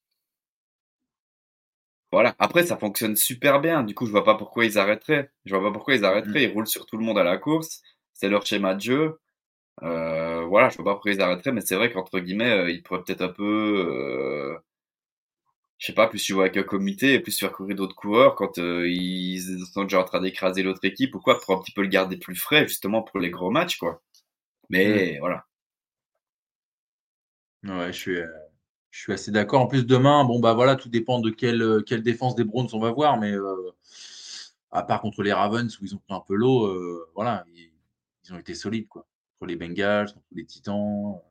[SPEAKER 2] voilà. Après, ça fonctionne super bien. Du coup, je vois pas pourquoi ils arrêteraient. Je vois pas pourquoi ils
[SPEAKER 4] Hmm.
[SPEAKER 2] arrêteraient. Ils roulent sur tout le monde à la course. C'est leur schéma de jeu. Euh, voilà, je vois pas pourquoi ils arrêteraient, mais c'est vrai qu'entre guillemets, euh, ils pourraient peut-être un peu, euh, je sais pas, plus jouer avec un comité et plus faire courir d'autres coureurs quand euh, ils sont déjà en train d'écraser l'autre équipe ou quoi, pour un petit peu le garder plus frais, justement pour les gros matchs, quoi. Mais voilà.
[SPEAKER 4] Ouais, je suis, euh, je suis assez d'accord. En plus, demain, bon, bah voilà, tout dépend de quelle, euh, quelle défense des Browns on va voir, mais euh, à part contre les Ravens où ils ont pris un peu l'eau, euh, voilà, ils, ils ont été solides, quoi. Contre les Bengals, contre les Titans.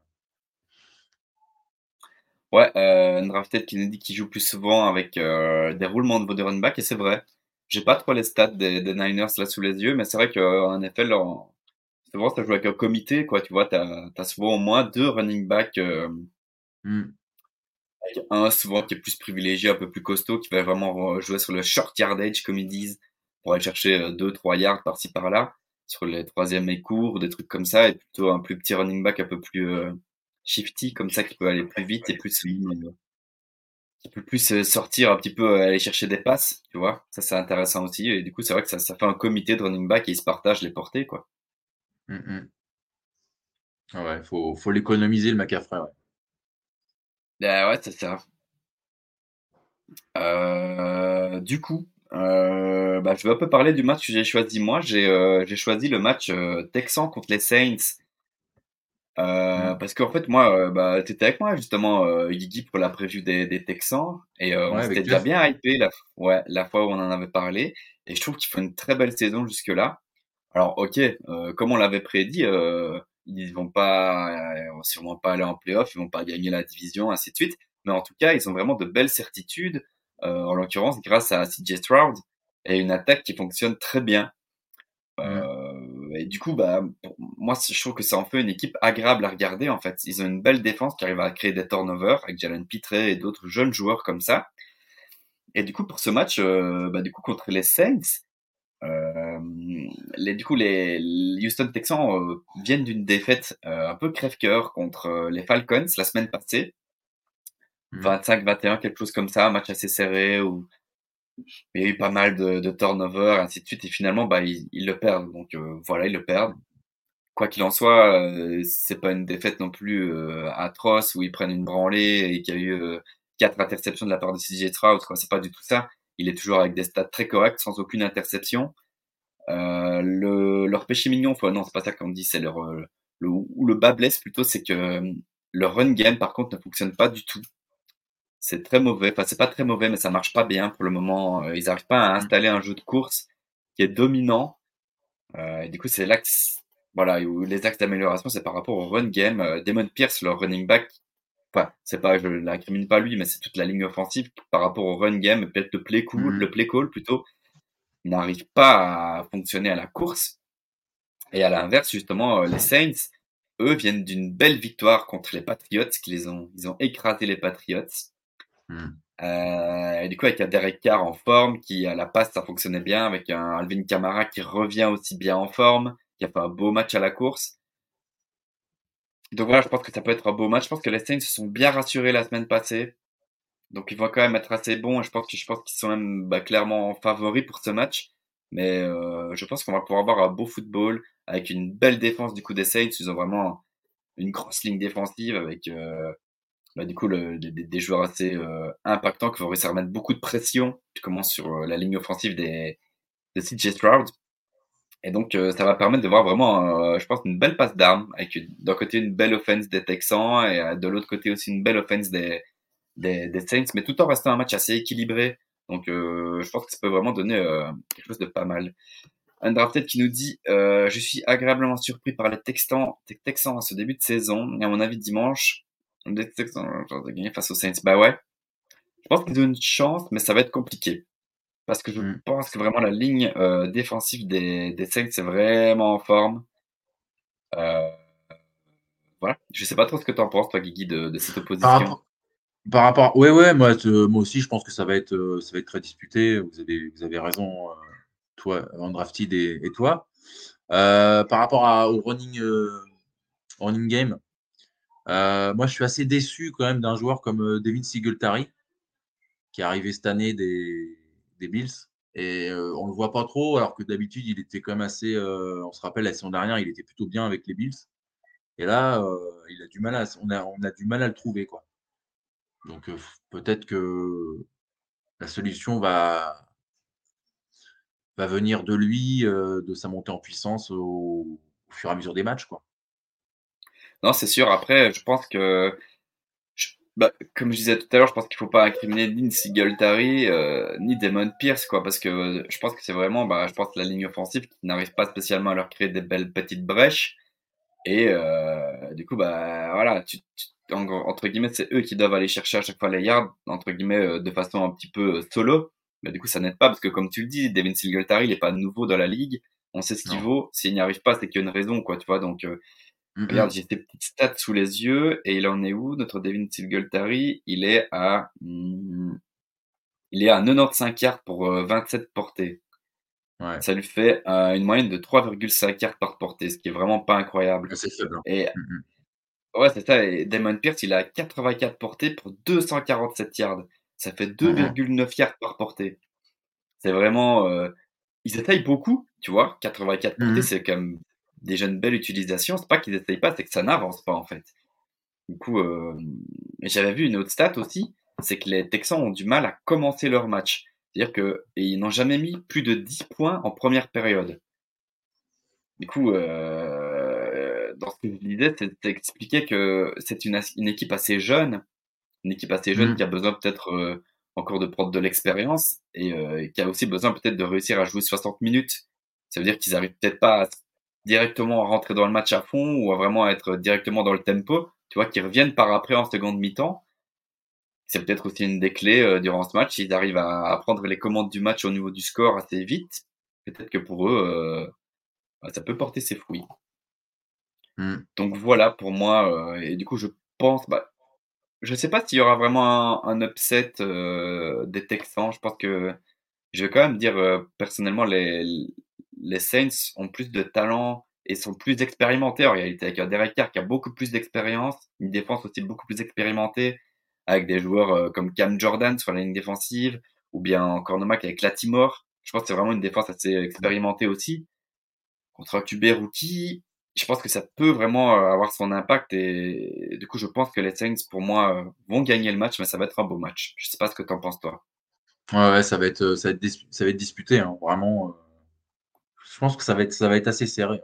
[SPEAKER 2] Ouais, euh, Drafted qui nous dit qu'il joue plus souvent avec euh, des roulements de running back, et c'est vrai. J'ai pas trop les stats des, des Niners là sous les yeux, mais c'est vrai qu'en N F L, en- souvent ça joue avec un comité, quoi. Tu vois, t'as as souvent au moins deux running backs, euh,
[SPEAKER 4] Hmm.
[SPEAKER 2] avec un souvent qui est plus privilégié, un peu plus costaud, qui va vraiment euh, jouer sur le short yardage, comme ils disent, pour aller chercher euh, deux, trois yards par-ci par-là, sur les troisièmes et courts, des trucs comme ça, et plutôt un plus petit running back un peu plus euh, shifty, comme ça, qui peut aller plus vite et plus euh, qui peut plus euh, sortir un petit peu, euh, aller chercher des passes, tu vois. Ça, c'est intéressant aussi. Et du coup, c'est vrai que ça, ça fait un comité de running back et ils se partagent les portées, quoi.
[SPEAKER 4] Hmm, hmm. Ah ouais, faut, faut l'économiser, le McCaffrey, ouais.
[SPEAKER 2] Ah ouais, c'est ça. Euh, du coup, euh, bah, je vais un peu parler du match que j'ai choisi moi. J'ai euh, j'ai choisi le match euh, Texans contre les Saints. Euh,
[SPEAKER 4] Hmm.
[SPEAKER 2] parce qu'en fait, moi, euh, bah, t'étais avec moi justement, euh, Guigui, pour la preview des, des Texans, et euh, on
[SPEAKER 4] Ouais,
[SPEAKER 2] s'était
[SPEAKER 4] avec
[SPEAKER 2] déjà
[SPEAKER 4] Jeff.
[SPEAKER 2] bien hypé la, ouais, la fois où on en avait parlé, et je trouve qu'ils font une très belle saison jusque-là. Alors, ok, euh, comme on l'avait prédit, euh, ils vont pas, euh, vont sûrement pas aller en playoff, ils vont pas gagner la division, ainsi de suite. Mais en tout cas, ils ont vraiment de belles certitudes, euh, en l'occurrence grâce à C J Stroud et une attaque qui fonctionne très bien.
[SPEAKER 4] Hmm.
[SPEAKER 2] Euh, et du coup, bah, pour moi, je trouve que ça en fait une équipe agréable à regarder. En fait, ils ont une belle défense qui arrive à créer des turnovers avec Jalen Pitré et d'autres jeunes joueurs comme ça. Et du coup, pour ce match, euh, bah, du coup, contre les Saints. Euh, les, du coup, les, les Houston Texans euh, viennent d'une défaite euh, un peu crève-cœur contre euh, les Falcons la semaine passée,
[SPEAKER 4] Hmm.
[SPEAKER 2] vingt-cinq vingt et un, quelque chose comme ça, un match assez serré où il y a eu pas mal de, de turnovers, ainsi de suite, et finalement, bah, ils, ils le perdent. Donc euh, voilà, ils le perdent. Quoi qu'il en soit, euh, c'est pas une défaite non plus euh, atroce où ils prennent une branlée et qu'il y a eu euh, quatre interceptions de la part de C J Stroud, quoi. C'est pas du tout ça. Il est toujours avec des stats très corrects, sans aucune interception. Euh, le, leur péché mignon, enfin, non, c'est pas ça qu'on dit, c'est leur, euh, le, ou le bas blesse plutôt, c'est que euh, leur run game, par contre, ne fonctionne pas du tout. C'est très mauvais. Enfin, c'est pas très mauvais, mais ça marche pas bien pour le moment. Euh, ils arrivent pas à installer un jeu de course qui est dominant. Euh, et du coup, c'est l'axe, voilà, où les axes d'amélioration, c'est par rapport au run game. Euh, Damon Pierce, leur running back, enfin, c'est pas, je l'incrimine pas lui, mais c'est toute la ligne offensive par rapport au run game, peut-être le play call,
[SPEAKER 4] Mhm.
[SPEAKER 2] le play call plutôt, n'arrive pas à fonctionner à la course. Et à l'inverse, justement, euh, les Saints, eux, viennent d'une belle victoire contre les Patriots, qui les ont, ils ont écrasé les Patriots.
[SPEAKER 4] Mhm.
[SPEAKER 2] Euh, et du coup, avec un Derek Carr en forme, qui à la passe, ça fonctionnait bien, avec un Alvin Kamara qui revient aussi bien en forme, qui a fait un beau match à la course. Donc voilà, je pense que ça peut être un beau match. Je pense que les Saints se sont bien rassurés la semaine passée. Donc ils vont quand même être assez bons. Je pense que je pense qu'ils sont même bah, clairement favoris pour ce match. Mais euh, je pense qu'on va pouvoir avoir un beau football avec une belle défense du coup des Saints. Ils ont vraiment une grosse ligne défensive avec euh, bah, du coup le, des, des joueurs assez euh, impactants qui vont réussir à mettre beaucoup de pression. Tu commences sur euh, la ligne offensive des, des C J Stroud. Et donc euh, ça va permettre de voir vraiment, euh, je pense, une belle passe d'armes avec une- d'un côté une belle offense des Texans et euh, de l'autre côté aussi une belle offense des, des, des Saints, mais tout en restant un match assez équilibré. Donc euh, je pense que ça peut vraiment donner euh, quelque chose de pas mal. Undrafted qui nous dit euh, je suis agréablement surpris par les Texans, les Texans à ce début de saison. Et à mon avis dimanche, les Texans ont une chance de gagner face aux Saints. Bah ouais, je pense qu'ils ont une chance, mais ça va être compliqué. Parce que je
[SPEAKER 4] Mhm.
[SPEAKER 2] pense que vraiment la ligne euh, défensive des, des Saints est vraiment en forme. Euh, voilà. Je sais pas trop ce que t'en penses, toi, Guigui, de, de cette
[SPEAKER 4] Par
[SPEAKER 2] opposition.
[SPEAKER 4] rapport, par rapport, ouais, ouais, moi, te- moi aussi, je pense que ça va être, euh, ça va être très disputé. Vous avez, vous avez raison, euh, toi, Undrafted et, et toi. Euh, par rapport à, au running, euh, running game, euh, moi, je suis assez déçu quand même d'un joueur comme euh, Devin Singletary, qui est arrivé cette année des, des Bills. Et euh, on le voit pas trop, alors que d'habitude, il était quand même assez. Euh, on se rappelle, la saison dernière, il était plutôt bien avec les Bills. Et là, euh, il a du mal à, on a, on a du mal à le trouver, quoi. Donc euh, peut-être que la solution va, va venir de lui, euh, de sa montée en puissance au, au fur et à mesure des matchs, quoi.
[SPEAKER 2] Non, c'est sûr. Après, je pense que Je- bah, comme je disais tout à l'heure, je pense qu'il faut pas incriminer ni Singletary euh, ni Damon Pierce, quoi, parce que euh, je pense que c'est vraiment, bah, je pense la ligne offensive qui n'arrive pas spécialement à leur créer des belles petites brèches. Et euh, du coup, bah voilà, tu, tu- en- entre guillemets, c'est eux qui doivent aller chercher à chaque fois les yards, entre guillemets, euh, de façon un petit peu euh, solo. Mais du coup, ça n'aide pas parce que, comme tu le dis, Devin Singletary, il est pas nouveau dans la ligue. On sait ce qu'il
[SPEAKER 4] Non.
[SPEAKER 2] vaut. S'il n'y arrive pas, c'est qu'il y a une raison, quoi, tu vois. Donc, euh, regarde,
[SPEAKER 4] Mm-mm.
[SPEAKER 2] j'ai tes petites stats sous les yeux et il en est où, notre Devin Singletary? Il est à, hmm, il est à quatre-vingt-quinze yards pour euh, vingt-sept portées.
[SPEAKER 4] Ouais,
[SPEAKER 2] Ça lui fait euh, une moyenne de trois virgule cinq yards par portée, ce qui est vraiment pas incroyable.
[SPEAKER 4] c'est faible, hein.
[SPEAKER 2] Et
[SPEAKER 4] Mm-mm.
[SPEAKER 2] ouais, c'est ça. Et Damon Pierce, il a quatre-vingt-quatre portées pour deux cent quarante-sept yards. Ça fait
[SPEAKER 4] Mm-mm.
[SPEAKER 2] deux virgule neuf yards par portée. C'est vraiment, euh, ils essayent beaucoup, tu vois. quatre-vingt-quatre portées,
[SPEAKER 4] Mm-mm.
[SPEAKER 2] c'est quand même déjà une belle utilisation. C'est pas qu'ils essayent pas, c'est que ça n'avance pas en fait. Du coup, euh, j'avais vu une autre stat aussi, c'est que les Texans ont du mal à commencer leur match. C'est-à-dire que et ils n'ont jamais mis plus de dix points en première période. Du coup, euh, dans ce que je disais, c'était expliquer que c'est une, as- une équipe assez jeune, une équipe assez jeune qui a
[SPEAKER 4] Mm.
[SPEAKER 2] besoin peut-être euh, encore de prendre de l'expérience et euh, qui a aussi besoin peut-être de réussir à jouer soixante minutes. Ça veut dire qu'ils arrivent peut-être pas à, directement à rentrer dans le match à fond ou à vraiment être directement dans le tempo. Tu vois, qu'ils reviennent par après en seconde mi-temps. C'est peut-être aussi une des clés euh, durant ce match. Ils arrivent à, à prendre les commandes du match au niveau du score assez vite. Peut-être que pour eux, euh, bah, ça peut porter ses fruits.
[SPEAKER 4] Mm.
[SPEAKER 2] Donc voilà pour moi. Euh, et du coup, je pense, bah, je sais pas s'il y aura vraiment un, un upset euh, des Texans. Je pense que je vais quand même dire euh, personnellement les les Saints ont plus de talent et sont plus expérimentés en réalité avec un Derek Carr qui a beaucoup plus d'expérience, une défense aussi beaucoup plus expérimentée avec des joueurs euh, comme Cam Jordan sur la ligne défensive ou bien en cornerback avec Latimore. Je pense que c'est vraiment une défense assez expérimentée aussi contre un Q B rookie. je pense que ça peut vraiment euh, avoir son impact et du coup, je pense que les Saints, pour moi, euh, vont gagner le match, mais ça va être un beau match. Je sais pas ce que t'en penses, toi.
[SPEAKER 4] Ouais, ouais, ça va être, euh, ça va être, dis- ça va être disputé, hein, vraiment. euh, Je pense que ça va être, ça va être assez serré.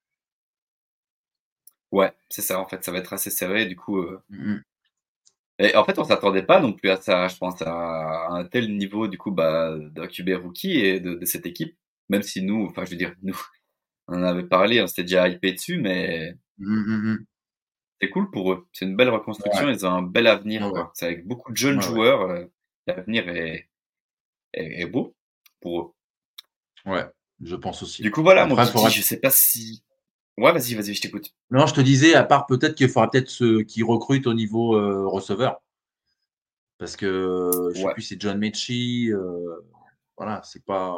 [SPEAKER 2] Ouais, c'est ça, en fait, ça va être assez serré. Du coup, euh,
[SPEAKER 4] Mhm.
[SPEAKER 2] et en fait, on s'attendait pas non plus à ça, je pense, à un tel niveau, du coup, bah, d'un Q B rookie et de, de cette équipe. Même si nous, enfin, je veux dire, nous, on en avait parlé, on s'était déjà hypé dessus, mais
[SPEAKER 4] Mhm, mhm.
[SPEAKER 2] c'est cool pour eux. C'est une belle
[SPEAKER 4] Ouais,
[SPEAKER 2] reconstruction, ils ont un bel
[SPEAKER 4] ouais,
[SPEAKER 2] avenir,
[SPEAKER 4] ouais,
[SPEAKER 2] quoi. C'est avec beaucoup de jeunes
[SPEAKER 4] ouais, ouais.
[SPEAKER 2] joueurs, euh, l'avenir est, est, est beau pour eux.
[SPEAKER 4] Ouais, je pense aussi.
[SPEAKER 2] Du coup, voilà, mon
[SPEAKER 4] Après, il
[SPEAKER 2] Guigui,
[SPEAKER 4] faudra.
[SPEAKER 2] je sais pas si... Ouais, vas-y, vas-y, je t'écoute.
[SPEAKER 4] Non, je te disais, à part peut-être qu'il faudra peut-être ceux qui recrutent au niveau euh, receveur. Parce que euh, je sais
[SPEAKER 2] Ouais.
[SPEAKER 4] plus, c'est John Mechie. euh, voilà, c'est pas.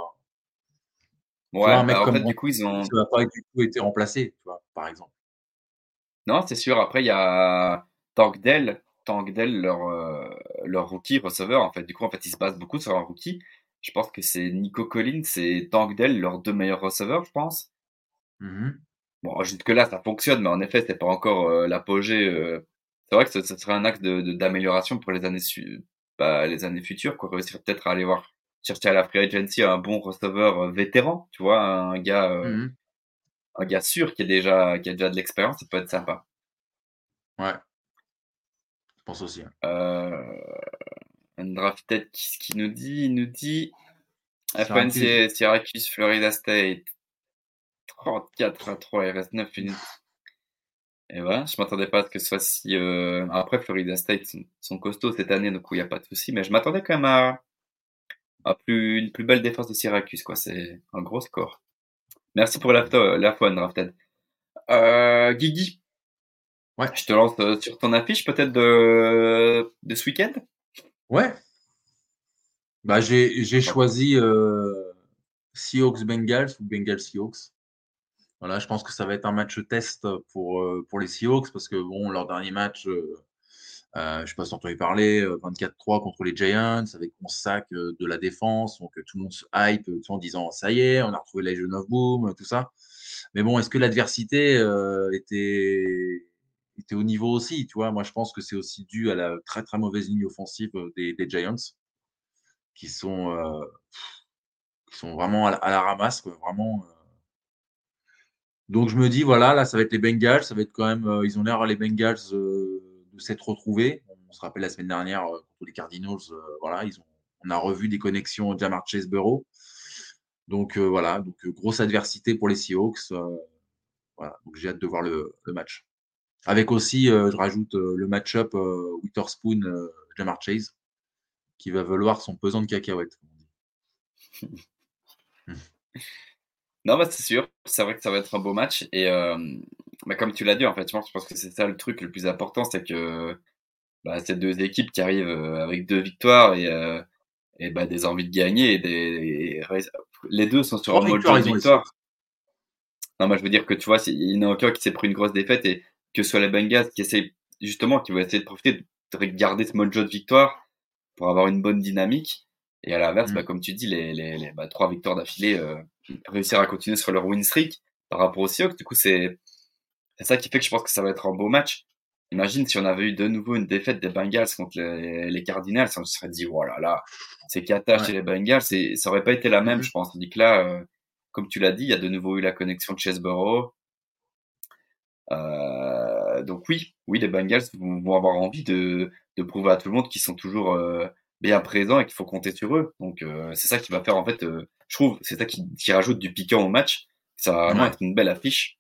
[SPEAKER 4] Tu vois,
[SPEAKER 2] Ouais,
[SPEAKER 4] un mec
[SPEAKER 2] bah, en
[SPEAKER 4] comme
[SPEAKER 2] fait,
[SPEAKER 4] Brandon
[SPEAKER 2] du coup, ils ont...
[SPEAKER 4] Cooks n'a pas du tout été remplacé, tu vois, par exemple.
[SPEAKER 2] Non, c'est sûr. Après, il y a Tank Dell, Tank Dell, leur, euh, leur rookie receveur, en fait. Du coup, en fait, ils se basent beaucoup sur un rookie. Je pense que c'est Nico Collins et Tank Dell, leurs deux meilleurs receveurs, je pense.
[SPEAKER 4] Mhm.
[SPEAKER 2] Bon, jusque-là, ça fonctionne, mais en effet, c'est pas encore euh, l'apogée. euh. C'est vrai que ce, ce serait un axe de, de- d'amélioration pour les années, su- bah, les années futures, quoi. Réussir peut-être à aller voir, chercher à la free agency un bon receveur euh, vétéran, tu vois, un gars, euh,
[SPEAKER 4] Mhm.
[SPEAKER 2] un gars sûr qui est déjà, qui a déjà de l'expérience, ça peut être sympa.
[SPEAKER 4] Ouais, je pense aussi. Hein.
[SPEAKER 2] Euh, Undrafted, qu'est-ce qu'il nous dit? Il nous dit F N
[SPEAKER 4] Syracuse.
[SPEAKER 2] C, Syracuse, Florida State, trente-quatre à trois, il reste neuf minutes. Et voilà, je m'attendais pas à ce que ce soit si... euh, Après, Florida State sont, sont costauds cette année, donc il n'y a pas de souci, mais je m'attendais quand même à, à plus, une plus belle défense de Syracuse, quoi. C'est un gros score. Merci pour l'info, l'info, Undrafted. Euh, Guigui,
[SPEAKER 4] Ouais,
[SPEAKER 2] je te lance euh, sur ton affiche peut-être de, de ce week-end?
[SPEAKER 4] ouais. Bah, j'ai j'ai
[SPEAKER 2] Pourquoi pas?
[SPEAKER 4] choisi euh, Seahawks Bengals ou Bengals Seahawks. Voilà, je pense que ça va être un match test pour, euh, pour les Seahawks parce que bon, leur dernier match, euh, euh, je sais pas si tu entendu parler, euh, vingt-quatre trois contre les Giants avec mon sac euh, de la défense, donc euh, tout le monde se hype euh, tu vois, en disant ça y est, on a retrouvé la Legion of Boom, tout ça. Mais bon, est-ce que l'adversité euh, était était au niveau aussi, tu vois? Moi, je pense que c'est aussi dû à la très très mauvaise ligne offensive euh, des, des Giants qui sont euh, qui sont vraiment à la, à la ramasse, quoi, vraiment. euh, Donc je me dis, voilà, là, ça va être les Bengals. Ça va être quand même, euh, ils ont l'air, les Bengals, euh, de s'être retrouvés. On se rappelle la semaine dernière euh, contre les Cardinals, euh, voilà, ils ont, on a revu des connexions Jamar Chase Burrow. Donc euh, voilà, donc euh, grosse adversité pour les Seahawks. euh, voilà, donc j'ai hâte de voir le, le match. Avec aussi, euh, je rajoute euh, le match-up euh, Witherspoon euh, Jamar Chase, qui va valoir son pesant de cacahuètes. Comme on dit.
[SPEAKER 2] Non, bah, c'est sûr. C'est vrai que ça va être un beau match. Et euh, bah, comme tu l'as dit, en fait, je pense je pense que c'est ça le truc le plus important, c'est que bah, c'est deux équipes qui arrivent euh, avec deux victoires et, euh, et bah, des envies de gagner. Et des, et les deux sont sur un
[SPEAKER 4] Trois
[SPEAKER 2] mojo
[SPEAKER 4] victoires,
[SPEAKER 2] de
[SPEAKER 4] ils ont les Seahawks.
[SPEAKER 2] victoire. Non, moi je veux dire que tu vois, s'il y en a aucun qui s'est pris une grosse défaite et que ce soit les Bengals qui essayent justement, qui vont essayer de profiter de garder ce mojo de victoire pour avoir une bonne dynamique. Et à l'inverse, bah,
[SPEAKER 4] Mm.
[SPEAKER 2] comme tu dis, les, les, les bah, trois victoires d'affilée, euh, réussir à continuer sur leur win streak par rapport aux Seahawks. Du coup, c'est c'est ça qui fait que je pense que ça va être un beau match. Imagine si on avait eu de nouveau une défaite des Bengals contre les, les Cardinals, on se serait dit, voilà, là, c'est cata
[SPEAKER 4] Ouais.
[SPEAKER 2] chez les Bengals, et ça aurait pas été la même,
[SPEAKER 4] Mm.
[SPEAKER 2] je pense. Tandis que là, euh, comme tu l'as dit, il y a de nouveau eu la connexion de Chase Burrow. Euh, donc oui, oui, les Bengals vont, vont avoir envie de, de prouver à tout le monde qu'ils sont toujours euh, bien présents et qu'il faut compter sur eux. Donc euh, c'est ça qui va faire en fait, euh, je trouve, c'est ça qui, qui rajoute du piquant au match. Ça va vraiment
[SPEAKER 4] Ouais.
[SPEAKER 2] être une belle affiche.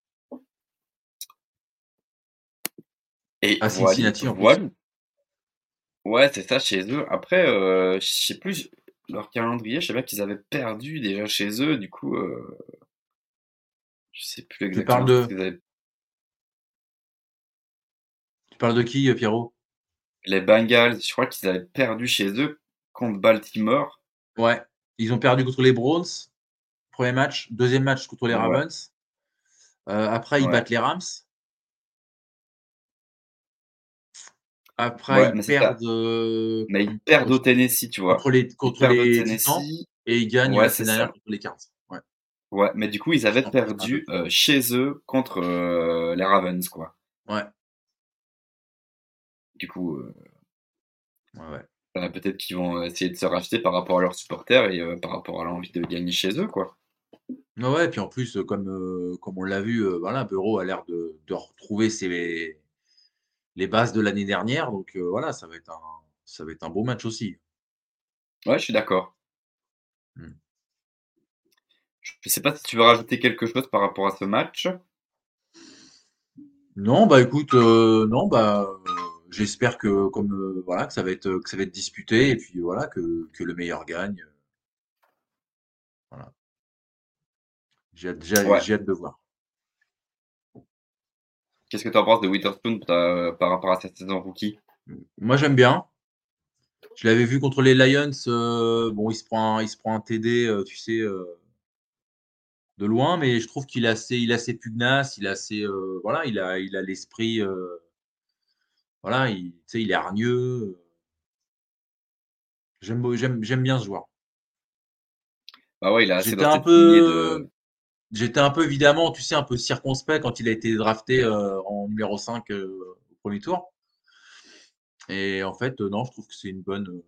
[SPEAKER 2] Et
[SPEAKER 4] À
[SPEAKER 2] voilà,
[SPEAKER 4] Cincinnati en plus.
[SPEAKER 2] voilà. Ouais, c'est ça chez eux. Après, euh, je sais plus leur calendrier. Je sais bien qu'ils avaient perdu déjà chez eux. Du coup, euh, je sais plus
[SPEAKER 4] Tu parles
[SPEAKER 2] exactement ce
[SPEAKER 4] de,
[SPEAKER 2] qu'ils avaient.
[SPEAKER 4] tu parles de qui, euh, Pierrot?
[SPEAKER 2] Les Bengals, je crois qu'ils avaient perdu chez eux contre Baltimore.
[SPEAKER 4] Ouais. Ils ont perdu contre les Browns, premier match. Deuxième match contre les
[SPEAKER 2] Ouais,
[SPEAKER 4] Ravens. Euh, après, ils
[SPEAKER 2] ouais,
[SPEAKER 4] battent les Rams. Après,
[SPEAKER 2] ouais,
[SPEAKER 4] ils
[SPEAKER 2] mais c'est ça.
[SPEAKER 4] perdent euh,
[SPEAKER 2] Mais ils
[SPEAKER 4] contre,
[SPEAKER 2] perdent au Tennessee, tu vois.
[SPEAKER 4] contre les,
[SPEAKER 2] Ils
[SPEAKER 4] contre
[SPEAKER 2] perdent au
[SPEAKER 4] les Titans
[SPEAKER 2] Tennessee.
[SPEAKER 4] et ils gagnent
[SPEAKER 2] Ouais,
[SPEAKER 4] la
[SPEAKER 2] c'est
[SPEAKER 4] semaine dernière
[SPEAKER 2] ça.
[SPEAKER 4] contre les Cards. Ouais.
[SPEAKER 2] Ouais, mais du coup, ils
[SPEAKER 4] Je
[SPEAKER 2] avaient
[SPEAKER 4] pense que c'est un peu
[SPEAKER 2] perdu
[SPEAKER 4] trop.
[SPEAKER 2] euh, chez eux contre euh, les Ravens, quoi.
[SPEAKER 4] Ouais,
[SPEAKER 2] Du coup, euh,
[SPEAKER 4] ouais, ouais.
[SPEAKER 2] euh, peut-être qu'ils vont essayer de se racheter par rapport à leurs supporters et euh, par rapport à l'envie de gagner chez eux, quoi.
[SPEAKER 4] Ouais, ouais, puis en plus, euh, comme, euh, comme on l'a vu, euh, voilà, Bureau a l'air de, de retrouver ses, les bases de l'année dernière. Donc euh, voilà, ça va être un, ça va être un beau match aussi.
[SPEAKER 2] Ouais, je suis d'accord.
[SPEAKER 4] Mm.
[SPEAKER 2] Je sais pas si tu veux rajouter quelque chose par rapport à ce match.
[SPEAKER 4] Non, bah écoute, euh, non, bah euh, j'espère que comme euh, voilà que ça va être que ça va être disputé et puis voilà que, que le meilleur gagne. Voilà, j'ai hâte, j'ai
[SPEAKER 2] Ouais.
[SPEAKER 4] j'ai hâte de voir.
[SPEAKER 2] Qu'est-ce que tu en penses de Witherspoon euh, par rapport à cette saison rookie?
[SPEAKER 4] Moi j'aime bien. Je l'avais vu contre les Lions. Euh, bon, il se prend un, il se prend un T D, euh, tu sais, euh, de loin, mais je trouve qu'il est assez, il est assez pugnace, il est assez, euh, voilà, il a, il a l'esprit, euh, voilà, il, tu sais, il est hargneux. J'aime, beau- j'aime, j'aime bien ce joueur.
[SPEAKER 2] Bah ouais, il a assez
[SPEAKER 4] J'étais
[SPEAKER 2] dans
[SPEAKER 4] un
[SPEAKER 2] cette lignée
[SPEAKER 4] peu,
[SPEAKER 2] de.
[SPEAKER 4] j'étais un peu évidemment, tu sais, un peu circonspect quand il a été drafté euh, en numéro cinq euh, au premier tour. Et en fait, euh, non, je trouve que c'est une bonne, euh,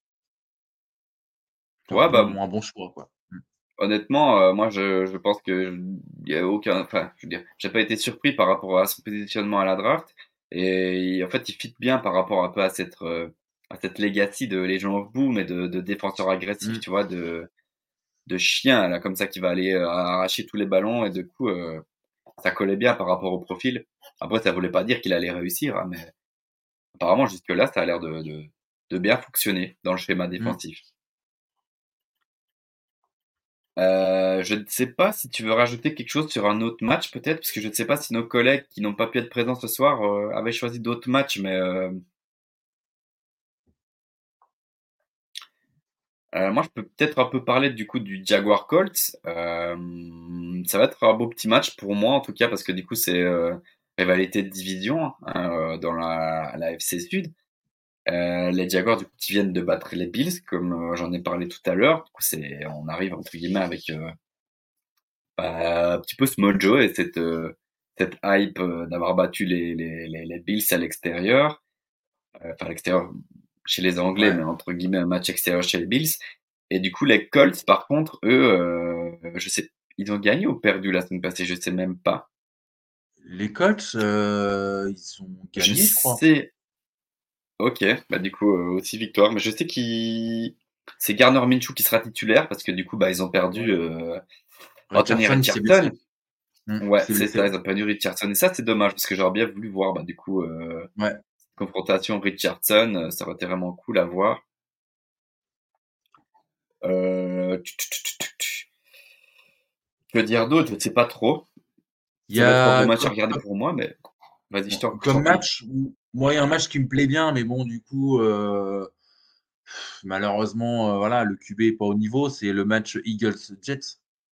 [SPEAKER 4] c'est un
[SPEAKER 2] Ouais, bah
[SPEAKER 4] bon, un bon choix, quoi. Mm.
[SPEAKER 2] honnêtement, euh, moi je, je pense que il y a aucun. Enfin, je veux dire, j'ai pas été surpris par rapport à son positionnement à la draft. Et en fait, il fit bien par rapport un peu à cette, euh, à cette legacy de Legion of Boom et de, de défenseur agressif,
[SPEAKER 4] Mm.
[SPEAKER 2] tu vois, de, de chien, là, comme ça, qui va aller euh, arracher tous les ballons. Et du coup, euh, ça collait bien par rapport au profil. Après, ça voulait pas dire qu'il allait réussir, hein, mais apparemment, jusque-là, ça a l'air de, de, de bien fonctionner dans le schéma
[SPEAKER 4] Mm.
[SPEAKER 2] défensif. Euh, je ne sais pas si tu veux rajouter quelque chose sur un autre match, peut-être, parce que je ne sais pas si nos collègues qui n'ont pas pu être présents ce soir euh, avaient choisi d'autres matchs, mais euh, euh, moi, je peux peut-être un peu parler du coup du Jaguar Colts. Euh, ça va être un beau petit match pour moi, en tout cas, parce que du coup, c'est euh, rivalité de division hein, euh, dans la, la F C Sud. Euh, les Jaguars, du coup, qui viennent de battre les Bills, comme euh, j'en ai parlé tout à l'heure. Du coup, c'est, on arrive entre guillemets avec euh, bah, un petit peu ce mojo et cette euh, cette hype euh, d'avoir battu les, les, les, les Bills à l'extérieur, euh, enfin à l'extérieur chez les Anglais, mais
[SPEAKER 4] Ouais.
[SPEAKER 2] entre guillemets un match extérieur chez les Bills. Et du coup, les Colts, par contre, eux, euh, je sais, ils ont gagné ou perdu la semaine passée, je sais même pas.
[SPEAKER 4] Les Colts, euh, ils ont
[SPEAKER 2] Je
[SPEAKER 4] gagné, je crois.
[SPEAKER 2] sais, ok, bah du coup euh, aussi victoire, mais je sais qu'il c'est Gardner Minshew qui sera titulaire parce que du coup bah ils ont perdu
[SPEAKER 4] Ouais.
[SPEAKER 2] euh, Anthony
[SPEAKER 4] Richardson qui s'est blessé.
[SPEAKER 2] Richardson.
[SPEAKER 4] Mm. Qui
[SPEAKER 2] Ouais,
[SPEAKER 4] s'est
[SPEAKER 2] c'est ça,
[SPEAKER 4] blessé.
[SPEAKER 2] ils ont perdu Richardson. Et ça, c'est dommage, parce que j'aurais bien voulu voir, bah, du coup, euh,
[SPEAKER 4] Ouais.
[SPEAKER 2] confrontation Richardson, euh, ça aurait été vraiment cool à voir. Euh, tu- tu- tu- tu- tu- Que dire d'autre? Je ne sais pas trop.
[SPEAKER 4] Il y
[SPEAKER 2] Ça va être un beau
[SPEAKER 4] a
[SPEAKER 2] match à
[SPEAKER 4] comme,
[SPEAKER 2] regarder pour moi, mais vas-y, je
[SPEAKER 4] Bon,
[SPEAKER 2] t'en, je t'en
[SPEAKER 4] comme
[SPEAKER 2] prie.
[SPEAKER 4] match, moi, il y a un match qui me plaît bien, mais bon, du coup, euh, malheureusement, euh, voilà, le Q B est pas au niveau. C'est le match Eagles-Jets,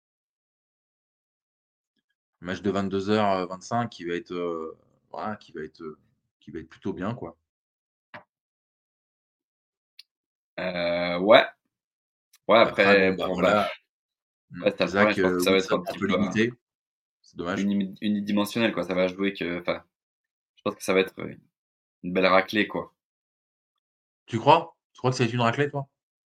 [SPEAKER 4] match de vingt-deux heures vingt-cinq qui va être, euh, voilà, qui va être, euh, qui va être plutôt bien, quoi.
[SPEAKER 2] Euh, ouais, ouais,
[SPEAKER 4] Après, bon,
[SPEAKER 2] après,
[SPEAKER 4] bah
[SPEAKER 2] bon, bah,
[SPEAKER 4] voilà, mm,
[SPEAKER 2] ouais, c'est le problème,
[SPEAKER 4] Zach
[SPEAKER 2] je pense
[SPEAKER 4] euh,
[SPEAKER 2] que ça va être
[SPEAKER 4] Wilson
[SPEAKER 2] un
[SPEAKER 4] un
[SPEAKER 2] petit
[SPEAKER 4] peu
[SPEAKER 2] peu un-
[SPEAKER 4] limité, c'est dommage.
[SPEAKER 2] uni- unidimensionnel, quoi. Ça va jouer que, enfin, je pense que ça va être une belle raclée, quoi.
[SPEAKER 4] Tu crois? Tu crois que ça va être une raclée, toi?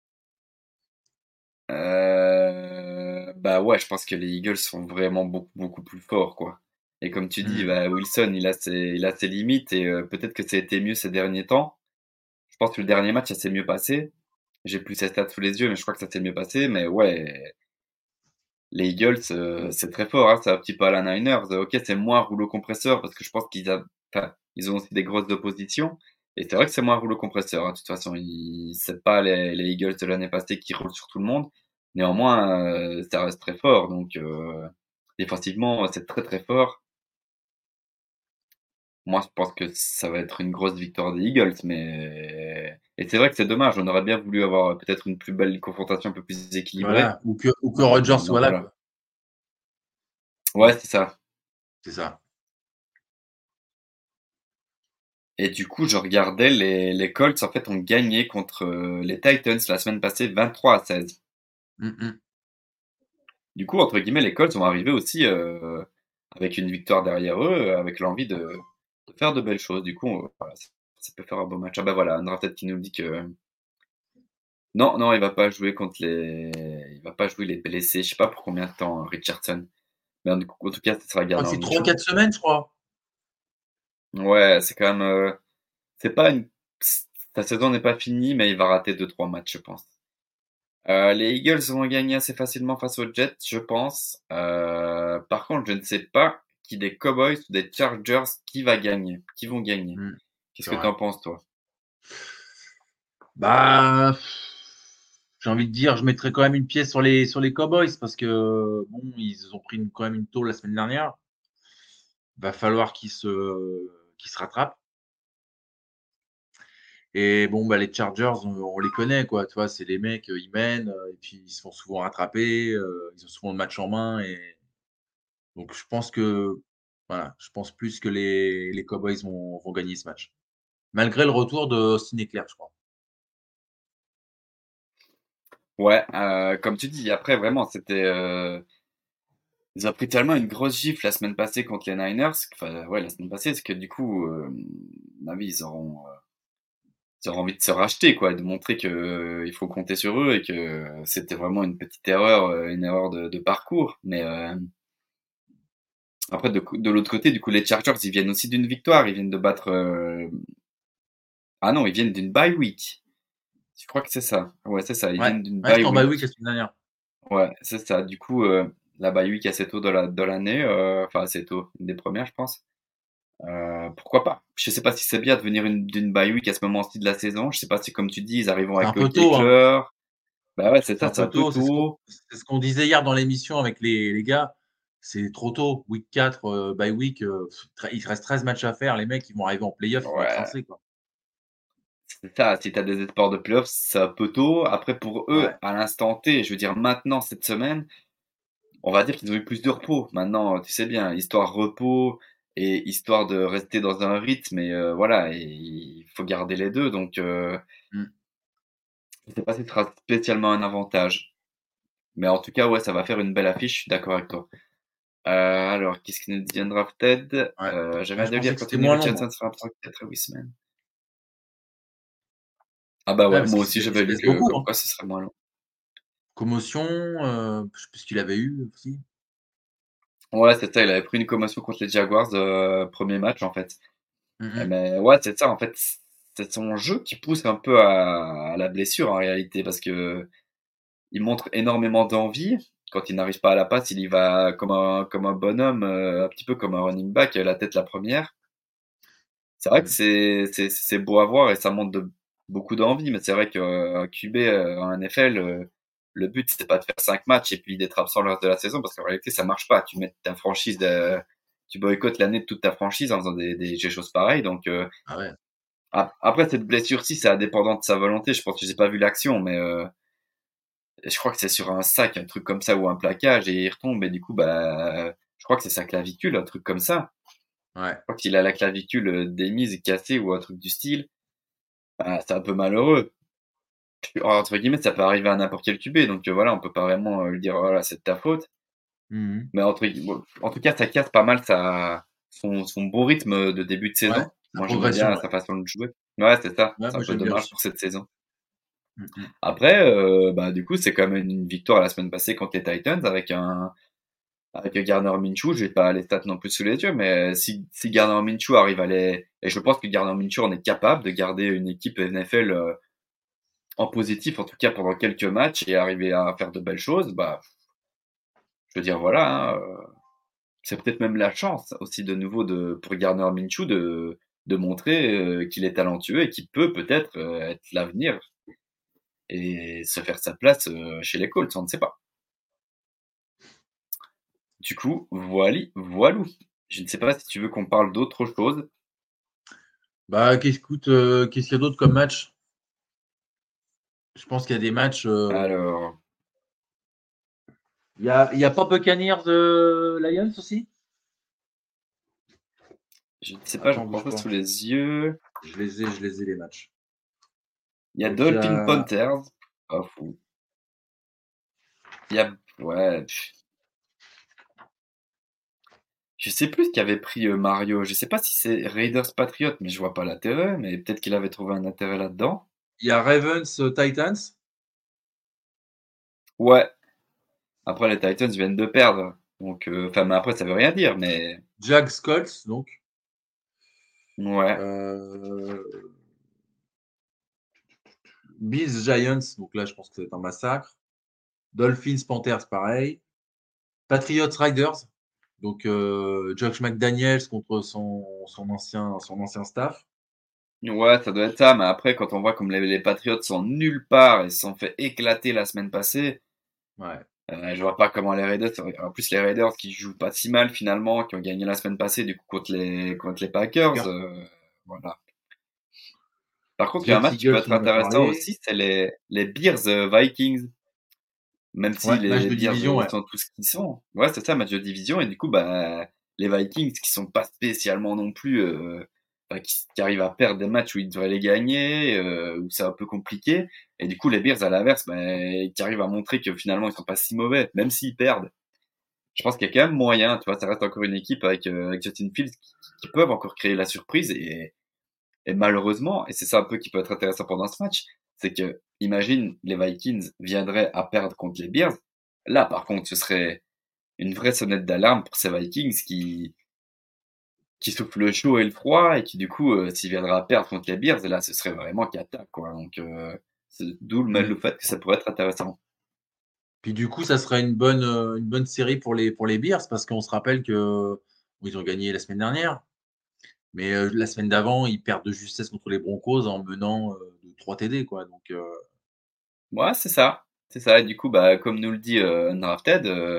[SPEAKER 2] Euh, bah ouais, je pense que les Eagles sont vraiment beaucoup beaucoup plus forts quoi. Et comme tu dis,
[SPEAKER 4] Mm.
[SPEAKER 2] bah, Wilson il a ses il a ses limites et euh, peut-être que ça a été mieux ces derniers temps. Je pense que le dernier match ça s'est mieux passé. J'ai plus ses stats sous les yeux, mais je crois que ça s'est mieux passé. Mais ouais, les Eagles euh, c'est très fort, hein, c'est un petit peu à la Niners. Euh, Ok, c'est moins rouleau compresseur parce que je pense qu'ils a... enfin, ils ont aussi des grosses oppositions. Et c'est vrai que c'est moins rouleau compresseur. Hein. De toute façon, ils... c'est pas les, les Eagles de l'année passée qui roulent sur tout le monde. Néanmoins, euh, ça reste très fort. Donc, euh, défensivement, c'est très très fort. Moi, je pense que ça va être une grosse victoire des Eagles, mais et c'est vrai que c'est dommage. On aurait bien voulu avoir peut-être une plus belle confrontation, un peu plus équilibrée.
[SPEAKER 4] Voilà, ou que, ou que
[SPEAKER 2] Euh,
[SPEAKER 4] Rodgers
[SPEAKER 2] donc
[SPEAKER 4] soit là,
[SPEAKER 2] voilà.
[SPEAKER 4] quoi.
[SPEAKER 2] Ouais,
[SPEAKER 4] Mm.
[SPEAKER 2] c'est ça.
[SPEAKER 4] C'est ça.
[SPEAKER 2] Et du coup, je regardais les, les Colts, en fait, ont gagné contre euh, les Titans la semaine passée vingt-trois à seize.
[SPEAKER 4] Mm, mm.
[SPEAKER 2] Du coup, entre guillemets, les Colts vont arriver aussi euh, avec une victoire derrière eux, euh, avec l'envie de, de faire de belles choses. Du coup, on- voilà, ça, ça peut faire un beau match. Ah bah voilà, Undrafted qui nous dit que non, non, il va pas jouer contre les, il va pas jouer les blessés. Je sais pas pour combien de temps, hein, Richardson. Mais en, en tout cas, ce sera
[SPEAKER 4] Je crois que
[SPEAKER 2] Gardner
[SPEAKER 4] c'est trois
[SPEAKER 2] Minshew.
[SPEAKER 4] quatre semaines, je crois.
[SPEAKER 2] Ouais, c'est quand même, euh, c'est pas une, sa saison n'est pas finie, mais il va rater deux trois matchs, je pense. Euh, les Eagles vont gagner assez facilement face aux Jets, je pense. Euh, par contre, je ne sais pas qui des Cowboys ou des Chargers qui va gagner, qui vont gagner.
[SPEAKER 4] Hmm,
[SPEAKER 2] Qu'est-ce
[SPEAKER 4] c'est
[SPEAKER 2] que
[SPEAKER 4] vrai.
[SPEAKER 2] t'en penses, toi?
[SPEAKER 4] Bah, j'ai envie de dire, je mettrais quand même une pièce sur les, sur les Cowboys parce que, bon, ils ont pris une- quand même une tôle la semaine dernière. Va falloir qu'ils se, qu'ils se rattrapent. Et bon, bah, les Chargers, on, on les connaît, quoi. Tu vois, c'est les mecs, euh, ils mènent, euh, et puis ils se font souvent rattraper, euh, ils ont souvent le match en main. Et donc, je pense que, voilà, je pense plus que les, les Cowboys vont, vont gagner ce match. Malgré le retour de Austin Eckler, je crois.
[SPEAKER 2] Ouais, euh, comme tu dis, après, vraiment, c'était, euh, ils ont pris tellement une grosse gifle la semaine passée contre les Niners, enfin, ouais, la semaine passée, c'est que du coup, euh, à mon avis, ils auront, euh, ils auront envie de se racheter, quoi, de montrer que euh, il faut compter sur eux et que c'était vraiment une petite erreur, euh, une erreur de, de parcours. Mais euh, après, de, de l'autre côté, du coup, les Chargers, ils viennent aussi d'une victoire, ils viennent de battre. euh, Ah non, ils viennent d'une bye week. Je crois que c'est ça. Ouais, c'est ça. Ils
[SPEAKER 4] Ouais,
[SPEAKER 2] viennent d'une
[SPEAKER 4] ouais,
[SPEAKER 2] bye
[SPEAKER 4] c'était en bye week la
[SPEAKER 2] week.
[SPEAKER 4] semaine dernière.
[SPEAKER 2] Ouais, c'est ça. Du coup, euh, la bye week assez tôt de la de l'année, euh, enfin assez tôt, une des premières, je pense. Euh, pourquoi pas? Je sais pas si c'est bien de venir une- d'une bye week à ce moment-ci de la saison. Je sais pas si, comme tu dis, ils arriveront
[SPEAKER 4] C'est un
[SPEAKER 2] avec
[SPEAKER 4] peu tôt, hein.
[SPEAKER 2] Eckler. Bah ouais, c'est
[SPEAKER 4] C'est
[SPEAKER 2] ça,
[SPEAKER 4] un
[SPEAKER 2] c'est
[SPEAKER 4] peu
[SPEAKER 2] un peu
[SPEAKER 4] tôt. C'est ce qu'on
[SPEAKER 2] tôt.
[SPEAKER 4] c'est ce qu'on disait hier dans l'émission avec les, les gars. C'est trop tôt. Week quatre, euh, bye week, euh, tre- il reste treize matchs à faire. Les mecs, ils vont arriver en playoff, ils vont être
[SPEAKER 2] Ouais,
[SPEAKER 4] rincés, quoi.
[SPEAKER 2] c'est ça. Si t'as des espoirs de playoffs, c'est un peu tôt. Après, pour eux,
[SPEAKER 4] Ouais.
[SPEAKER 2] à l'instant T, je veux dire maintenant, cette semaine, on va dire qu'ils ont eu plus de repos. Maintenant, tu sais bien, histoire repos et histoire de rester dans un rythme. Et euh, voilà, et il faut garder les deux. Donc, euh,
[SPEAKER 4] Mm.
[SPEAKER 2] je sais pas si ce sera spécialement un avantage. Mais en tout cas, ouais, ça va faire une belle affiche. Je suis d'accord avec toi. Euh, alors, qu'est-ce qui nous dit Undrafted?
[SPEAKER 4] Ouais.
[SPEAKER 2] Euh,
[SPEAKER 4] Ouais,
[SPEAKER 2] j'avais
[SPEAKER 4] je
[SPEAKER 2] de
[SPEAKER 4] pensais
[SPEAKER 2] lire
[SPEAKER 4] que c'était
[SPEAKER 2] qu'Anthony
[SPEAKER 4] moins long,
[SPEAKER 2] Richardson
[SPEAKER 4] moi.
[SPEAKER 2] sera absent quatre à huit semaines. Ah bah
[SPEAKER 4] Ouais,
[SPEAKER 2] ouais,
[SPEAKER 4] parce
[SPEAKER 2] moi
[SPEAKER 4] qu'il
[SPEAKER 2] aussi
[SPEAKER 4] se, il se
[SPEAKER 2] j'avais lu
[SPEAKER 4] blesse
[SPEAKER 2] que
[SPEAKER 4] beaucoup,
[SPEAKER 2] comme
[SPEAKER 4] hein.
[SPEAKER 2] quoi ce serait moins long.
[SPEAKER 4] Commotion, euh, je sais plus ce qu'il avait eu aussi.
[SPEAKER 2] Ouais, c'est ça, il avait pris une commotion contre les Jaguars, euh, premier match en fait.
[SPEAKER 4] Mm,
[SPEAKER 2] Eh,
[SPEAKER 4] mm.
[SPEAKER 2] Mais ouais, c'est ça, en fait, c'est son jeu qui pousse un peu à, à la blessure en réalité, parce que il montre énormément d'envie. Quand il n'arrive pas à la passe, il y va comme un, comme un bonhomme, euh, un petit peu comme un running back, la tête la première. C'est vrai que
[SPEAKER 4] Mm.
[SPEAKER 2] c'est, c'est, c'est beau à voir et ça montre de, beaucoup d'envie, mais c'est vrai qu'un Q B euh, en N F L, euh, le but c'est pas de faire cinq matchs et puis d'être absent le reste de la saison, parce qu'en réalité ça marche pas. Tu mets ta franchise, de, tu boycottes l'année de toute ta franchise en faisant des, des, des choses pareilles. Donc euh,
[SPEAKER 4] Ah ouais.
[SPEAKER 2] ap- après cette blessure-ci, c'est indépendant de sa volonté. Je pense que j'ai pas vu l'action, mais euh, je crois que c'est sur un sac, un truc comme ça ou un plaquage et il retombe et du coup bah je crois que c'est sa clavicule, un truc comme ça.
[SPEAKER 4] Ouais.
[SPEAKER 2] Je crois qu'il a la clavicule euh, démise, cassée ou un truc du style. Bah, c'est un peu malheureux. Entre guillemets, ça peut arriver à n'importe quel Q B, donc euh, voilà, on peut pas vraiment euh, lui dire voilà, c'est de ta faute.
[SPEAKER 4] Mm,
[SPEAKER 2] Mais entre, bon, en tout cas, ça casse pas mal sa, son, son beau rythme de début de
[SPEAKER 4] mm. Ouais.
[SPEAKER 2] saison.
[SPEAKER 4] La
[SPEAKER 2] Moi, j'aimais bien
[SPEAKER 4] progression, ouais.
[SPEAKER 2] sa façon de jouer. Ouais, c'est ça.
[SPEAKER 4] Ouais,
[SPEAKER 2] C'est un
[SPEAKER 4] moi
[SPEAKER 2] peu
[SPEAKER 4] j'aime bien
[SPEAKER 2] dommage
[SPEAKER 4] aussi.
[SPEAKER 2] pour cette saison.
[SPEAKER 4] Mm, mm.
[SPEAKER 2] Après, euh, bah du coup, c'est quand même une victoire la semaine passée contre les Titans avec un avec Gardner Minshew. Je vais pas les stats non plus sous les yeux, mais si si Gardner Minshew arrive à les, et je pense que Gardner Minshew en est capable de garder une équipe N F L euh, en positif, en tout cas pendant quelques matchs et arriver à faire de belles choses, bah je veux dire voilà, hein, euh, c'est peut-être même la chance aussi de nouveau de pour Gardner Minshew de de montrer euh, qu'il est talentueux et qu'il peut peut-être euh, être l'avenir et se faire sa place euh, chez les Colts, on ne sait pas. Du coup, voilà, voilou. Je ne sais pas si tu veux qu'on parle d'autre chose.
[SPEAKER 4] Bah, qu'est-ce écoute, euh, qu'est-ce qu'il y a d'autre comme match? Je pense qu'il y a des matchs. euh,
[SPEAKER 2] Alors,
[SPEAKER 4] Il y a, il y a pas Buccaneers de Lions aussi?
[SPEAKER 2] je ne sais pas, je
[SPEAKER 4] Attends,
[SPEAKER 2] prends
[SPEAKER 4] bouge
[SPEAKER 2] ça
[SPEAKER 4] pas.
[SPEAKER 2] sous les yeux.
[SPEAKER 4] Je les ai, je les ai les matchs.
[SPEAKER 2] Il y a
[SPEAKER 4] Donc il y
[SPEAKER 2] Dolphin
[SPEAKER 4] a.
[SPEAKER 2] Panthers. Pas fou. Il y a, ouais. Je sais plus qui avait pris euh, Mario. Je sais pas si c'est Raiders Patriots, mais je vois pas l'intérêt. Mais peut-être qu'il avait trouvé un intérêt là-dedans.
[SPEAKER 4] Il y a Ravens euh, Titans.
[SPEAKER 2] Ouais. Après, les Titans viennent de perdre. Donc, euh, enfin, mais après, ça veut rien dire. Mais
[SPEAKER 4] Jags Colts, donc.
[SPEAKER 2] ouais.
[SPEAKER 4] Euh, Bills Giants, donc là, je pense que c'est un massacre. Dolphins Panthers, pareil. Patriots Riders, donc euh, Josh McDaniels contre son, son, ancien, son ancien staff.
[SPEAKER 2] Ouais, ça doit être ça. Mais après, quand on voit comme les, les Patriots sont nulle part et se sont fait éclater la semaine passée,
[SPEAKER 4] Ouais.
[SPEAKER 2] euh, je vois pas comment les Raiders. En plus, les Raiders qui jouent pas si mal finalement, qui ont gagné la semaine passée du coup contre les contre les Packers. Euh, voilà. Par contre, il y a un
[SPEAKER 4] Jets
[SPEAKER 2] match qui peut
[SPEAKER 4] Eagles,
[SPEAKER 2] être
[SPEAKER 4] on en a
[SPEAKER 2] intéressant
[SPEAKER 4] parlé.
[SPEAKER 2] aussi, c'est les les Bears euh, Vikings. Même si
[SPEAKER 4] Ouais, match
[SPEAKER 2] les
[SPEAKER 4] de
[SPEAKER 2] Bears
[SPEAKER 4] division,
[SPEAKER 2] euh,
[SPEAKER 4] ouais.
[SPEAKER 2] sont tous ce qu'ils sont. Ouais, c'est ça, match de division. Et du coup, bah, les Vikings qui sont pas spécialement non plus, euh, enfin, qui, qui arrivent à perdre des matchs où ils devraient les gagner, euh, où c'est un peu compliqué. Et du coup, les Bears, à l'inverse, bah, qui arrivent à montrer que finalement, ils sont pas si mauvais, même s'ils perdent. Je pense qu'il y a quand même moyen, tu vois, ça reste encore une équipe avec, euh, avec Justin Fields qui, qui peuvent encore créer la surprise et, et malheureusement, et c'est ça un peu qui peut être intéressant pendant ce match, c'est que, imagine, les Vikings viendraient à perdre contre les Bears. Là, par contre, ce serait une vraie sonnette d'alarme pour ces Vikings qui, qui soufflent le chaud et le froid et qui, du coup, euh, s'ils viendraient à perdre contre les Bears, là, ce serait vraiment cata, quoi. Donc, euh, c'est d'où le,
[SPEAKER 4] Mm.
[SPEAKER 2] le fait que ça pourrait être intéressant.
[SPEAKER 4] Puis du coup, ça serait une bonne, euh, une bonne série pour les, pour les Bears parce qu'on se rappelle que bon, ils ont gagné la semaine dernière. Mais euh, la semaine d'avant, ils perdent de justesse contre les Broncos en menant euh, de trois T D, quoi. Donc, euh,
[SPEAKER 2] Ouais, c'est ça. C'est ça. Et du coup, bah, comme nous le dit euh, Undrafted, euh,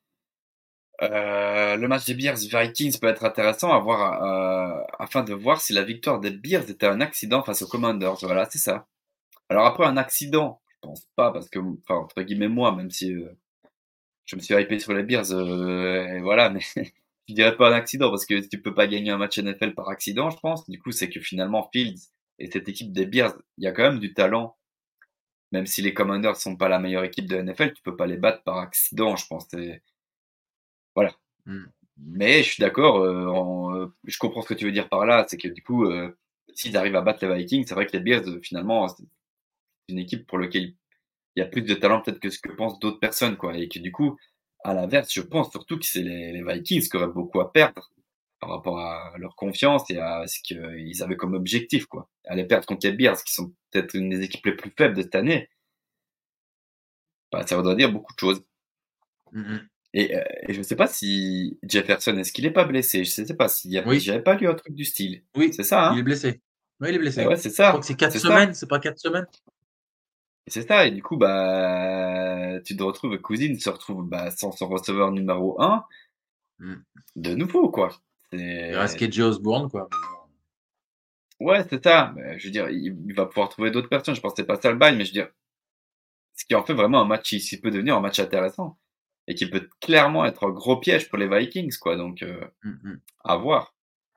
[SPEAKER 2] Euh, le match des Bears Vikings peut être intéressant à voir, euh, afin de voir si la victoire des Bears était un accident face aux Commanders. Voilà, c'est ça. Alors après un accident, je pense pas parce que, enfin entre guillemets moi, même si euh, je me suis hypé sur les Bears, euh, et voilà, mais je dirais pas un accident parce que tu peux pas gagner un match N F L par accident, je pense. Du coup, c'est que finalement Fields et cette équipe des Bears, il y a quand même du talent. Même si les Commanders sont pas la meilleure équipe de N F L, tu peux pas les battre par accident, je pense. Et voilà.
[SPEAKER 4] mm.
[SPEAKER 2] Mais je suis d'accord, euh, en- euh, je comprends ce que tu veux dire par là, c'est que du coup, euh, s'ils arrivent à battre les Vikings, c'est vrai que les Bears, euh, finalement, c'est une équipe pour laquelle il y a plus de talent peut-être que ce que pensent d'autres personnes, quoi. Et que du coup, à l'inverse, je pense surtout que c'est les, les Vikings qui auraient beaucoup à perdre par rapport à leur confiance et à ce qu'ils avaient comme objectif, quoi. Aller perdre contre les Bears, qui sont peut-être une des équipes les plus faibles de cette année, bah, ça voudrait dire beaucoup de choses.
[SPEAKER 4] Mm, mm.
[SPEAKER 2] Et, euh, et je sais pas si Jefferson, est-ce qu'il est pas blessé? Je sais pas s'il y a,
[SPEAKER 4] Oui,
[SPEAKER 2] j'avais pas lu un truc du style.
[SPEAKER 4] oui,
[SPEAKER 2] C'est ça,
[SPEAKER 4] il est
[SPEAKER 2] hein?
[SPEAKER 4] blessé. Oui, il est
[SPEAKER 2] Et
[SPEAKER 4] blessé.
[SPEAKER 2] ouais, c'est
[SPEAKER 4] Je crois que
[SPEAKER 2] ça.
[SPEAKER 4] c'est quatre
[SPEAKER 2] C'est ça.
[SPEAKER 4] semaines, c'est pas quatre semaines?
[SPEAKER 2] Et c'est ça. Et du coup, bah, tu te retrouves, Cousine se retrouve, bah, sans son receveur numéro un,
[SPEAKER 4] Mm.
[SPEAKER 2] de nouveau, quoi.
[SPEAKER 4] Il reste
[SPEAKER 2] C'est,
[SPEAKER 4] K J Osborne, quoi.
[SPEAKER 2] ouais, c'est ça. Mais, je veux dire, il, il va pouvoir trouver d'autres personnes. Je pense que c'est pas ça le bail, mais je veux dire, ce qui en fait vraiment un match qui qui peut devenir un match intéressant. Et qui peut clairement être un gros piège pour les Vikings, quoi. Donc, euh,
[SPEAKER 4] Mm, mm.
[SPEAKER 2] à voir.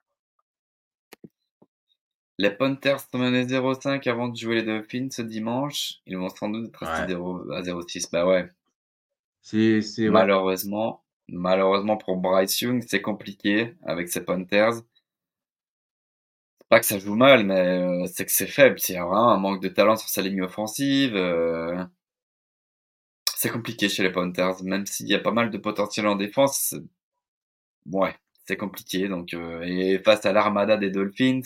[SPEAKER 2] Les Panthers sont menés zéro cinq avant de jouer les Dolphins ce dimanche. Ils vont sans doute être restés
[SPEAKER 4] Ouais.
[SPEAKER 2] zéro à zéro six. Bah ouais.
[SPEAKER 4] C'est, c'est, ouais.
[SPEAKER 2] Malheureusement, malheureusement pour Bryce Young, c'est compliqué avec ces Panthers. C'est pas que ça joue mal, mais euh, c'est que c'est faible. Il y a vraiment un manque de talent sur sa ligne offensive. euh, C'est compliqué chez les Panthers, même s'il y a pas mal de potentiel en défense. c'est- Ouais, c'est compliqué. Donc, euh, et face à l'armada des Dolphins,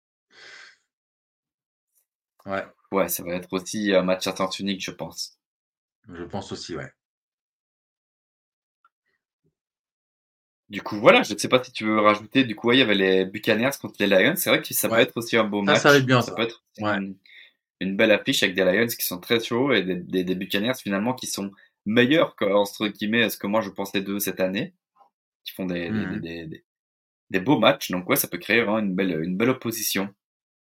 [SPEAKER 4] Ouais,
[SPEAKER 2] ouais, ça va être aussi un match à sens unique, je pense.
[SPEAKER 4] je pense aussi, ouais.
[SPEAKER 2] Du coup, voilà, je ne sais pas si tu veux rajouter. Du coup, ouais, il y avait les Buccaneers contre les Lions. C'est vrai que ça peut
[SPEAKER 4] Ouais,
[SPEAKER 2] être aussi un beau
[SPEAKER 4] ça, ça va être
[SPEAKER 2] match.
[SPEAKER 4] bien,
[SPEAKER 2] Ça peut
[SPEAKER 4] ça.
[SPEAKER 2] être aussi
[SPEAKER 4] Ouais.
[SPEAKER 2] une, une belle affiche avec des Lions qui sont très chauds et des, des, des Buccaneers finalement qui sont meilleurs que, entre guillemets, ce que moi je pensais d'eux cette année, qui font des, des, des,
[SPEAKER 4] Mhm.
[SPEAKER 2] des, des- des beaux matchs. Donc ouais, ça peut créer vraiment une belle, une belle opposition.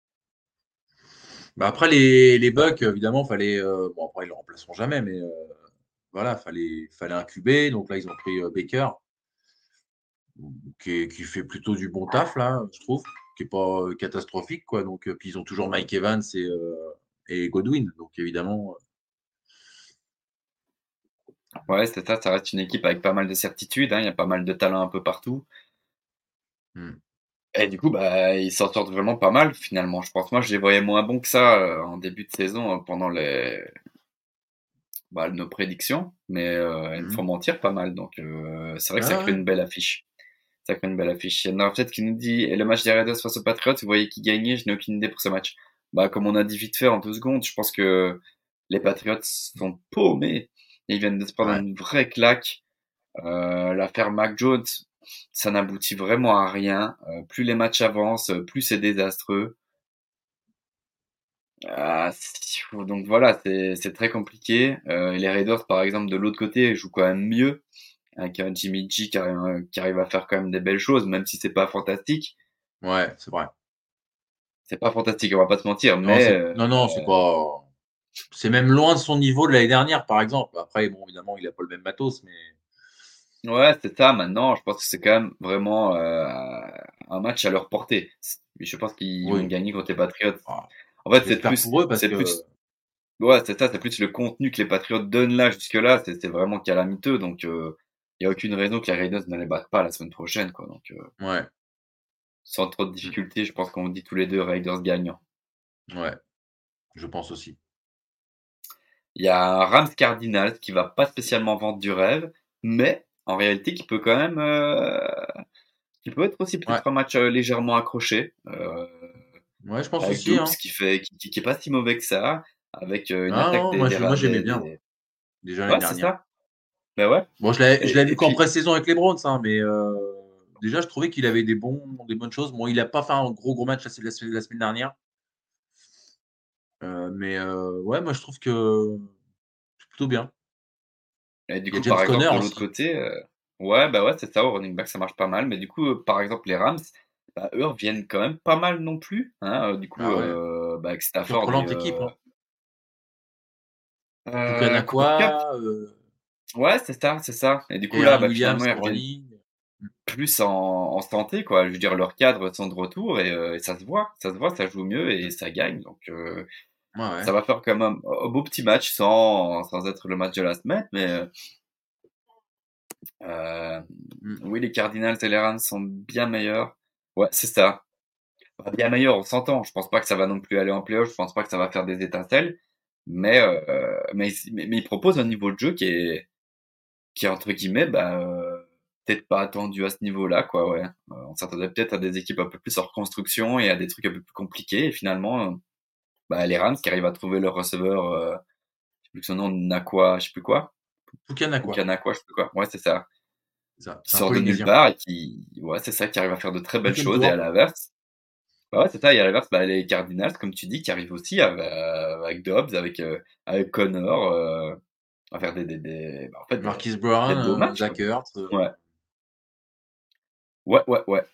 [SPEAKER 4] Bah après, les, les Bucks, évidemment, fallait. Euh, bon, après, ils le remplaceront jamais, mais euh, voilà, fallait, fallait un Q B. Donc là, ils ont pris euh, Baker, qui, est- qui fait plutôt du bon taf, là, je trouve, qui est pas euh, catastrophique, quoi. Donc, euh, puis ils ont toujours Mike Evans et, euh, et Godwin. Donc évidemment,
[SPEAKER 2] Ouais, c'est ça, ça reste une équipe avec pas mal de certitudes, hein. Il y a pas mal de talent un peu partout.
[SPEAKER 4] Mm.
[SPEAKER 2] Et du coup, bah, ils s'en sortent vraiment pas mal finalement. Je pense, moi, je les voyais moins bons que ça euh, en début de saison euh, pendant les, bah, nos prédictions, mais euh, ils me font
[SPEAKER 4] Mm.
[SPEAKER 2] mentir pas mal. Donc, euh, c'est vrai que ça
[SPEAKER 4] Ah
[SPEAKER 2] crée
[SPEAKER 4] ouais.
[SPEAKER 2] une belle affiche. Ça crée une belle affiche. Il y en a peut-être qui nous dit, et le match des Raiders face aux Patriots, vous voyez qui gagnait, je n'ai aucune idée pour ce match. Bah, comme on a dit vite fait en deux secondes, je pense que les Patriots sont paumés. Ils viennent de se prendre
[SPEAKER 4] Ouais.
[SPEAKER 2] une vraie claque. Euh, l'affaire Mac Jones, ça n'aboutit vraiment à rien. Euh, plus les matchs avancent, plus c'est désastreux. Ah, c'est- donc voilà, c'est c'est très compliqué. Euh, les Raiders, par exemple, de l'autre côté, jouent quand même mieux avec un Jimmy G qui arrive, qui arrive à faire quand même des belles choses, même si c'est pas fantastique.
[SPEAKER 4] Ouais, c'est vrai.
[SPEAKER 2] C'est pas fantastique, on va pas se mentir,
[SPEAKER 4] Non,
[SPEAKER 2] mais
[SPEAKER 4] c'est
[SPEAKER 2] euh,
[SPEAKER 4] non, non, c'est pas. C'est même loin de son niveau de l'année dernière, par exemple. Après, bon, évidemment, il a pas le même matos, mais
[SPEAKER 2] ouais, c'est ça. Maintenant, je pense que c'est quand même vraiment euh, un match à leur portée. Je pense qu'ils vont
[SPEAKER 4] oui.
[SPEAKER 2] gagner contre les Patriots.
[SPEAKER 4] Ah,
[SPEAKER 2] En fait, c'est
[SPEAKER 4] j'espère
[SPEAKER 2] plus,
[SPEAKER 4] pour eux parce
[SPEAKER 2] c'est
[SPEAKER 4] que
[SPEAKER 2] plus, ouais, c'est ça, c'est plus le contenu que les Patriots donnent là jusque-là, c'est c'est vraiment calamiteux. Donc, il y a aucune raison que les Raiders ne les battent pas la semaine prochaine, quoi. Donc, euh,
[SPEAKER 4] ouais,
[SPEAKER 2] sans trop de
[SPEAKER 4] mm,
[SPEAKER 2] difficultés, je pense qu'on dit tous les deux Raiders gagnants.
[SPEAKER 4] ouais, je pense aussi.
[SPEAKER 2] Il y a un Rams Cardinals qui va pas spécialement vendre du rêve, mais en réalité qui peut quand même, euh, qui peut être aussi
[SPEAKER 4] Ouais,
[SPEAKER 2] peut-être un match euh, légèrement accroché, euh,
[SPEAKER 4] ouais, je pense
[SPEAKER 2] avec
[SPEAKER 4] aussi,
[SPEAKER 2] Dobbs
[SPEAKER 4] hein.
[SPEAKER 2] qui fait, qui, qui, qui est pas si mauvais que ça, avec euh, une
[SPEAKER 4] Ah
[SPEAKER 2] attaque
[SPEAKER 4] non,
[SPEAKER 2] des,
[SPEAKER 4] moi,
[SPEAKER 2] des,
[SPEAKER 4] je, moi,
[SPEAKER 2] Ra-
[SPEAKER 4] j'aimais
[SPEAKER 2] des,
[SPEAKER 4] bien
[SPEAKER 2] des...
[SPEAKER 4] déjà l'année
[SPEAKER 2] Ouais, c'est
[SPEAKER 4] dernière.
[SPEAKER 2] ça. Ben ouais.
[SPEAKER 4] Bon, je l'avais, je l'avais
[SPEAKER 2] Et,
[SPEAKER 4] vu
[SPEAKER 2] et
[SPEAKER 4] qu'en
[SPEAKER 2] puis,
[SPEAKER 4] pré-saison avec les Browns, hein, mais euh, déjà, je trouvais qu'il avait des bons, des bonnes choses. Bon, il a pas fait un gros gros match la, la, la semaine dernière, euh, mais euh, ouais, moi, je trouve que c'est plutôt bien.
[SPEAKER 2] et du
[SPEAKER 4] Il y a
[SPEAKER 2] coup,
[SPEAKER 4] James
[SPEAKER 2] par
[SPEAKER 4] Conner
[SPEAKER 2] exemple, de l'autre
[SPEAKER 4] aussi.
[SPEAKER 2] côté, euh, ouais, bah ouais, c'est ça, au running back, ça marche pas mal. Mais du coup, euh, par exemple, les Rams, bah, eux reviennent quand même pas mal non plus. Hein, euh, du coup,
[SPEAKER 4] Ah ouais,
[SPEAKER 2] euh, bah, avec Stafford et
[SPEAKER 4] surprenante équipe,
[SPEAKER 2] euh,
[SPEAKER 4] hein.
[SPEAKER 2] euh, Cooper Cup.
[SPEAKER 4] Pukanakwa, euh,
[SPEAKER 2] Ouais, c'est ça, c'est ça. Et du coup, là,
[SPEAKER 4] Kyren
[SPEAKER 2] bah,
[SPEAKER 4] Williams
[SPEAKER 2] finalement, ils
[SPEAKER 4] au
[SPEAKER 2] reviennent
[SPEAKER 4] running.
[SPEAKER 2] plus en, en santé, quoi. Je veux dire, leurs cadres sont de retour et, euh, et ça se voit, ça se voit, ça joue mieux et ça gagne. Donc, euh,
[SPEAKER 4] Ouais, ouais.
[SPEAKER 2] ça va faire quand même un, un beau petit match sans, sans être le match de la semaine. Mais euh, euh,
[SPEAKER 4] Mm.
[SPEAKER 2] oui, les Cardinals et les Rams sont bien meilleurs. Ouais, c'est ça. Pas bien meilleurs, on s'entend. Je pense pas que ça va non plus aller en playoff. Je pense pas que ça va faire des étincelles. Mais, euh, mais, mais, mais ils proposent un niveau de jeu qui est, qui est entre guillemets, bah, euh, peut-être pas attendu à ce niveau-là, quoi, ouais. Euh, on s'attendait peut-être à des équipes un peu plus en reconstruction et à des trucs un peu plus compliqués. Et finalement, euh, bah, les Rams qui arrivent à trouver leur receveur, euh, je sais plus que son nom, Nakua, je sais plus quoi,
[SPEAKER 4] Pukanakwa,
[SPEAKER 2] Pukanakua, je sais plus quoi. Ouais, c'est ça.
[SPEAKER 4] c'est ça.
[SPEAKER 2] Qui
[SPEAKER 4] C'est un
[SPEAKER 2] sort de nulle
[SPEAKER 4] Polynésien.
[SPEAKER 2] part et qui, ouais, c'est ça, qui arrive à faire de très belles choses. Et à
[SPEAKER 4] Pukentoa.
[SPEAKER 2] l'inverse, bah ouais, c'est ça. Et à l'inverse, bah, les Cardinals, comme tu dis, qui arrivent aussi avec, avec Dobbs, avec, euh, avec Connor, euh, à faire des, des, des, bah, en fait, des,
[SPEAKER 4] Marquis
[SPEAKER 2] des
[SPEAKER 4] Brown,
[SPEAKER 2] beaux
[SPEAKER 4] euh,
[SPEAKER 2] matchs, quoi.
[SPEAKER 4] Zach Ertz. euh,
[SPEAKER 2] Ouais. Ouais, ouais, ouais.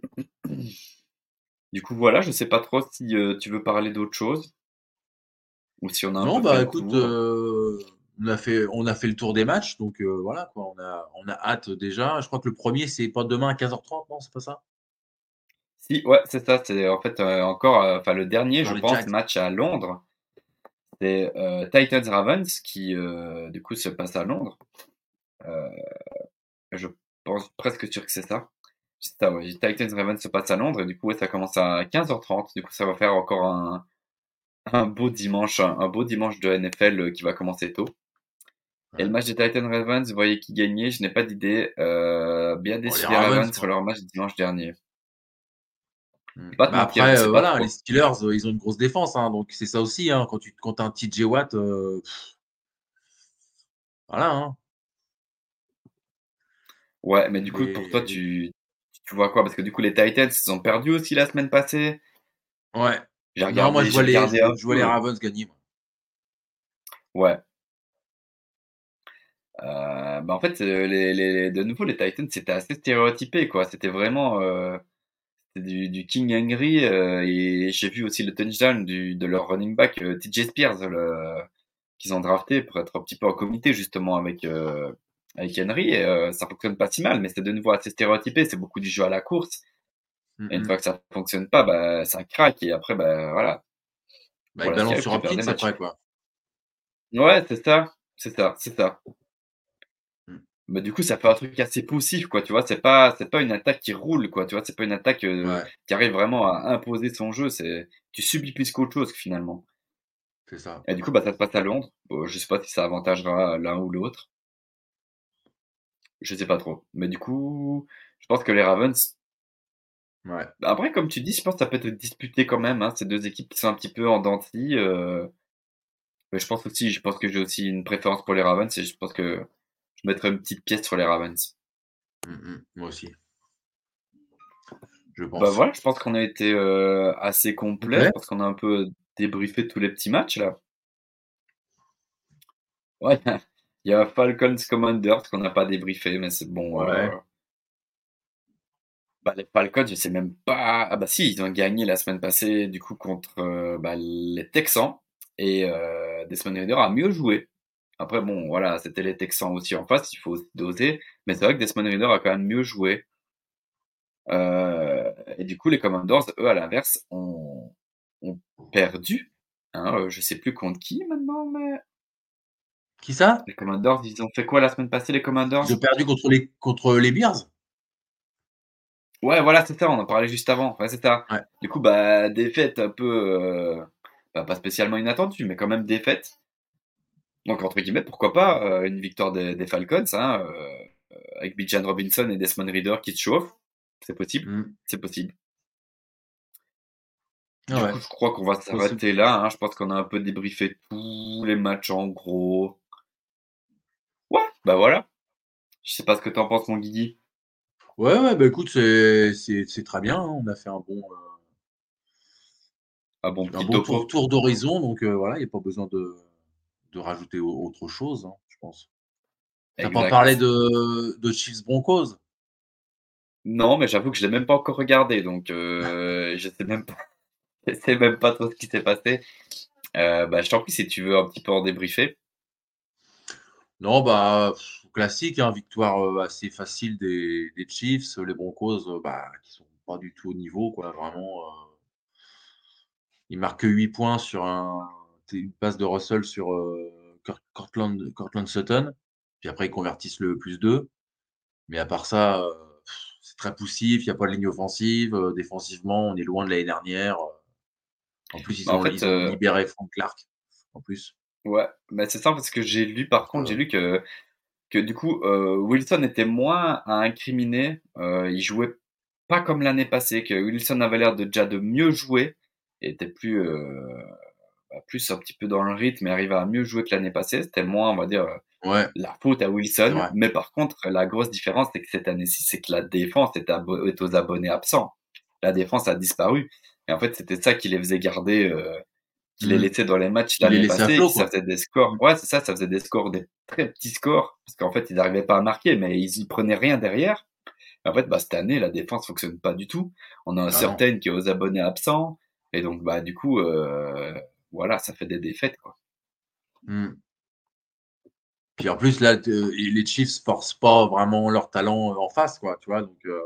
[SPEAKER 2] Du coup, voilà, je sais pas trop si euh, tu veux parler d'autre chose ou si on a un
[SPEAKER 4] Non,
[SPEAKER 2] peu fait
[SPEAKER 4] bah
[SPEAKER 2] le
[SPEAKER 4] écoute,
[SPEAKER 2] tour.
[SPEAKER 4] euh, on a fait, on a fait le tour des matchs, donc euh, voilà quoi. On a, on a hâte déjà. Je crois que le premier, c'est pas demain à quinze heures trente, non, c'est pas ça?
[SPEAKER 2] Si, ouais, c'est ça, c'est en fait euh, encore, euh, enfin le dernier,
[SPEAKER 4] Dans
[SPEAKER 2] je
[SPEAKER 4] les
[SPEAKER 2] pense,
[SPEAKER 4] Jags.
[SPEAKER 2] match à Londres, c'est euh, Titans Ravens qui euh, du coup se passe à Londres. Euh, je pense presque sûr que c'est ça. C'est ça, ouais. Titans Ravens se passe à Londres et du coup ouais, ça commence à quinze heures trente. Du coup, ça va faire encore un, un beau dimanche, un, un beau dimanche de N F L euh, qui va commencer tôt. Et le
[SPEAKER 4] Ouais.
[SPEAKER 2] match des Titans Ravens, vous voyez qui gagnait, je n'ai pas d'idée. Euh, bien
[SPEAKER 4] Bon, les
[SPEAKER 2] déçu des
[SPEAKER 4] Ravens,
[SPEAKER 2] Ravens sur
[SPEAKER 4] quoi.
[SPEAKER 2] leur match dimanche dernier.
[SPEAKER 4] Mm.
[SPEAKER 2] Je vais pas te
[SPEAKER 4] Bah
[SPEAKER 2] mentir, je
[SPEAKER 4] après,
[SPEAKER 2] sais
[SPEAKER 4] euh,
[SPEAKER 2] pas
[SPEAKER 4] voilà, les
[SPEAKER 2] trop.
[SPEAKER 4] Steelers, euh, ils ont une grosse défense, hein, donc c'est ça aussi, hein, quand tu quand t'as un T J Watt, euh, pff, voilà, hein.
[SPEAKER 2] Ouais, mais du coup, pour toi,
[SPEAKER 4] Les, les-
[SPEAKER 2] tu, tu vois quoi? Parce que du coup, les Titans, ils ont perdu aussi la semaine passée.
[SPEAKER 4] Ouais.
[SPEAKER 2] J'ai
[SPEAKER 4] Non, moi
[SPEAKER 2] regardé,
[SPEAKER 4] je
[SPEAKER 2] j'ai
[SPEAKER 4] vois les,
[SPEAKER 2] regardé un
[SPEAKER 4] je, je vois les
[SPEAKER 2] peu.
[SPEAKER 4] Ravens gagner, moi.
[SPEAKER 2] Ouais. Euh, bah en fait, euh, les, les, de nouveau, les Titans, c'était assez stéréotypé, quoi. C'était vraiment euh, c'était du, du King Henry. Euh, et j'ai vu aussi le touchdown du, de leur running back, euh, T J Spears, le, qu'ils ont drafté pour être un petit peu en comité, justement, avec, euh, avec Henry. Et, euh, ça fonctionne pas si mal, mais c'est de nouveau assez stéréotypé. C'est beaucoup du jeu à la course.
[SPEAKER 4] Mm,
[SPEAKER 2] Et une
[SPEAKER 4] mm.
[SPEAKER 2] fois que ça fonctionne pas, bah, ça craque. Et après, bah, voilà.
[SPEAKER 4] Bah,
[SPEAKER 2] Pour
[SPEAKER 4] ils
[SPEAKER 2] l'instant,
[SPEAKER 4] balancent
[SPEAKER 2] ils
[SPEAKER 4] sur
[SPEAKER 2] préfèrent
[SPEAKER 4] Hopkins
[SPEAKER 2] des matchs.
[SPEAKER 4] après, quoi.
[SPEAKER 2] Ouais, c'est ça. C'est ça, c'est ça.
[SPEAKER 4] Mm.
[SPEAKER 2] Mais du coup, ça fait un truc assez poussif, quoi, tu vois. C'est pas, c'est pas une attaque qui roule, quoi, tu vois. C'est pas une attaque euh,
[SPEAKER 4] Ouais,
[SPEAKER 2] qui arrive vraiment à imposer son jeu. C'est, tu subis plus qu'autre chose, finalement.
[SPEAKER 4] c'est ça.
[SPEAKER 2] Et du coup, bah, ça se passe à Londres. Bon, je sais pas si ça avantagera l'un ou l'autre. Je sais pas trop. Mais du coup, je pense que les Ravens,
[SPEAKER 4] Ouais.
[SPEAKER 2] après, comme tu dis, je pense que ça peut être disputé quand même, hein. Ces deux équipes qui sont un petit peu en dents de scie, euh, mais je pense aussi, je pense que j'ai aussi une préférence pour les Ravens et je pense que je mettrai une petite pièce sur les Ravens.
[SPEAKER 4] Mm, mm. Moi aussi, je
[SPEAKER 2] Bah
[SPEAKER 4] pense.
[SPEAKER 2] voilà, je pense qu'on a été euh, assez
[SPEAKER 4] Ok.
[SPEAKER 2] complet. Je pense qu'on a un peu débriefé tous les petits matchs là. Ouais, il y a Falcons Commanders qu'on n'a pas débriefé, mais c'est bon.
[SPEAKER 4] Ouais.
[SPEAKER 2] Euh, bah, les Falcons, je sais même pas. Ah bah si, ils ont gagné la semaine passée du coup contre euh, bah, les Texans et euh, Desmond Ridder a mieux joué. Après bon, voilà, c'était les Texans aussi en face, il faut aussi doser. Mais c'est vrai que Desmond Ridder a quand même mieux joué. Euh, et du coup, les Commanders, eux, à l'inverse, ont, ont perdu. Hein, euh, je sais plus contre qui maintenant, mais
[SPEAKER 4] Qui ça?
[SPEAKER 2] les Commanders, ils ont fait quoi la semaine passée, les
[SPEAKER 4] Ils ont
[SPEAKER 2] Commanders?
[SPEAKER 4] perdu contre les contre les Bears?
[SPEAKER 2] Ouais, voilà, c'est ça, on en parlait juste avant. Ouais, c'est ça.
[SPEAKER 4] Ouais.
[SPEAKER 2] Du coup, bah, défaite un peu, euh, bah, pas spécialement inattendue, mais quand même défaite. Donc, entre guillemets, pourquoi pas euh, une victoire des, des Falcons, hein, euh, avec Bijan Robinson et Desmond Ridder qui se chauffent. C'est possible,
[SPEAKER 4] Mm.
[SPEAKER 2] c'est possible.
[SPEAKER 4] Ah
[SPEAKER 2] Du
[SPEAKER 4] ouais,
[SPEAKER 2] coup, je crois qu'on va
[SPEAKER 4] possible.
[SPEAKER 2] s'arrêter là. Hein. Je pense qu'on a un peu débriefé tous les matchs en gros. Ouais, bah voilà. Je sais pas ce que t'en penses, mon Guigui.
[SPEAKER 4] Ouais, ouais, bah écoute, c'est c'est c'est très bien, hein. On a fait un bon
[SPEAKER 2] Ah bon,
[SPEAKER 4] euh, un
[SPEAKER 2] petit
[SPEAKER 4] bon tour
[SPEAKER 2] topo.
[SPEAKER 4] tour d'horizon, donc euh, voilà, il n'y a pas besoin de de rajouter au- autre chose, hein, je pense. T'as pas parlé
[SPEAKER 2] Exact.
[SPEAKER 4] de de Chiefs Broncos?
[SPEAKER 2] Non, mais j'avoue que je l'ai même pas encore regardé, donc euh, je sais même pas, je sais même pas trop ce qui s'est passé. Euh, bah, je t'en prie si tu veux un petit peu en débriefer.
[SPEAKER 4] Non, bah pff, classique, hein, victoire euh, assez facile des, des Chiefs, les Broncos, euh, bah, qui sont pas du tout au niveau, quoi, vraiment. euh, ils marquent que huit points sur un, une passe de Russell sur euh, Cort- Cortland, Cortland Sutton, puis après ils convertissent le plus deux. Mais à part ça, euh, pff, c'est très poussif, il n'y a pas de ligne offensive, euh, défensivement, on est loin de l'année dernière. euh. En plus, ils
[SPEAKER 2] Bah, en
[SPEAKER 4] ont,
[SPEAKER 2] fait,
[SPEAKER 4] ils ont
[SPEAKER 2] euh,
[SPEAKER 4] libéré Frank Clark, en plus.
[SPEAKER 2] ouais, bah, c'est ça parce que j'ai lu, par contre, j'ai
[SPEAKER 4] Euh,
[SPEAKER 2] lu que, que du coup, euh, Wilson était moins à incriminer. Euh, il jouait pas comme l'année passée, que Wilson avait l'air de déjà de mieux jouer et était plus, euh, bah, plus un petit peu dans le rythme et arrivait à mieux jouer que l'année passée. C'était moins, on va dire, euh,
[SPEAKER 4] ouais,
[SPEAKER 2] la faute à
[SPEAKER 4] c'est
[SPEAKER 2] Wilson.
[SPEAKER 4] vrai.
[SPEAKER 2] Mais par contre, la grosse différence, c'est que cette année-ci, c'est que la défense est, abo- est aux abonnés absents. La défense a disparu. Et en fait, c'était ça qui les faisait garder, euh, qui les
[SPEAKER 4] Mm.
[SPEAKER 2] laissait dans les matchs
[SPEAKER 4] Il les
[SPEAKER 2] l'année
[SPEAKER 4] laissait à
[SPEAKER 2] passée, et
[SPEAKER 4] flot,
[SPEAKER 2] qui ça
[SPEAKER 4] quoi.
[SPEAKER 2] faisait des scores.
[SPEAKER 4] Mm.
[SPEAKER 2] Ouais, c'est ça, ça faisait des scores, des très petits scores. Parce qu'en fait, ils n'arrivaient pas à marquer, mais ils y prenaient rien derrière. En fait, bah, cette année, la défense fonctionne pas du tout. On a un
[SPEAKER 4] Ah non.
[SPEAKER 2] certain qui est aux abonnés absents. Et donc, bah, du coup, euh, voilà, ça fait des défaites, quoi.
[SPEAKER 4] Mm. Puis en plus, là, te- les Chiefs forcent pas vraiment leur talent euh, en face, quoi, tu vois. Donc, euh,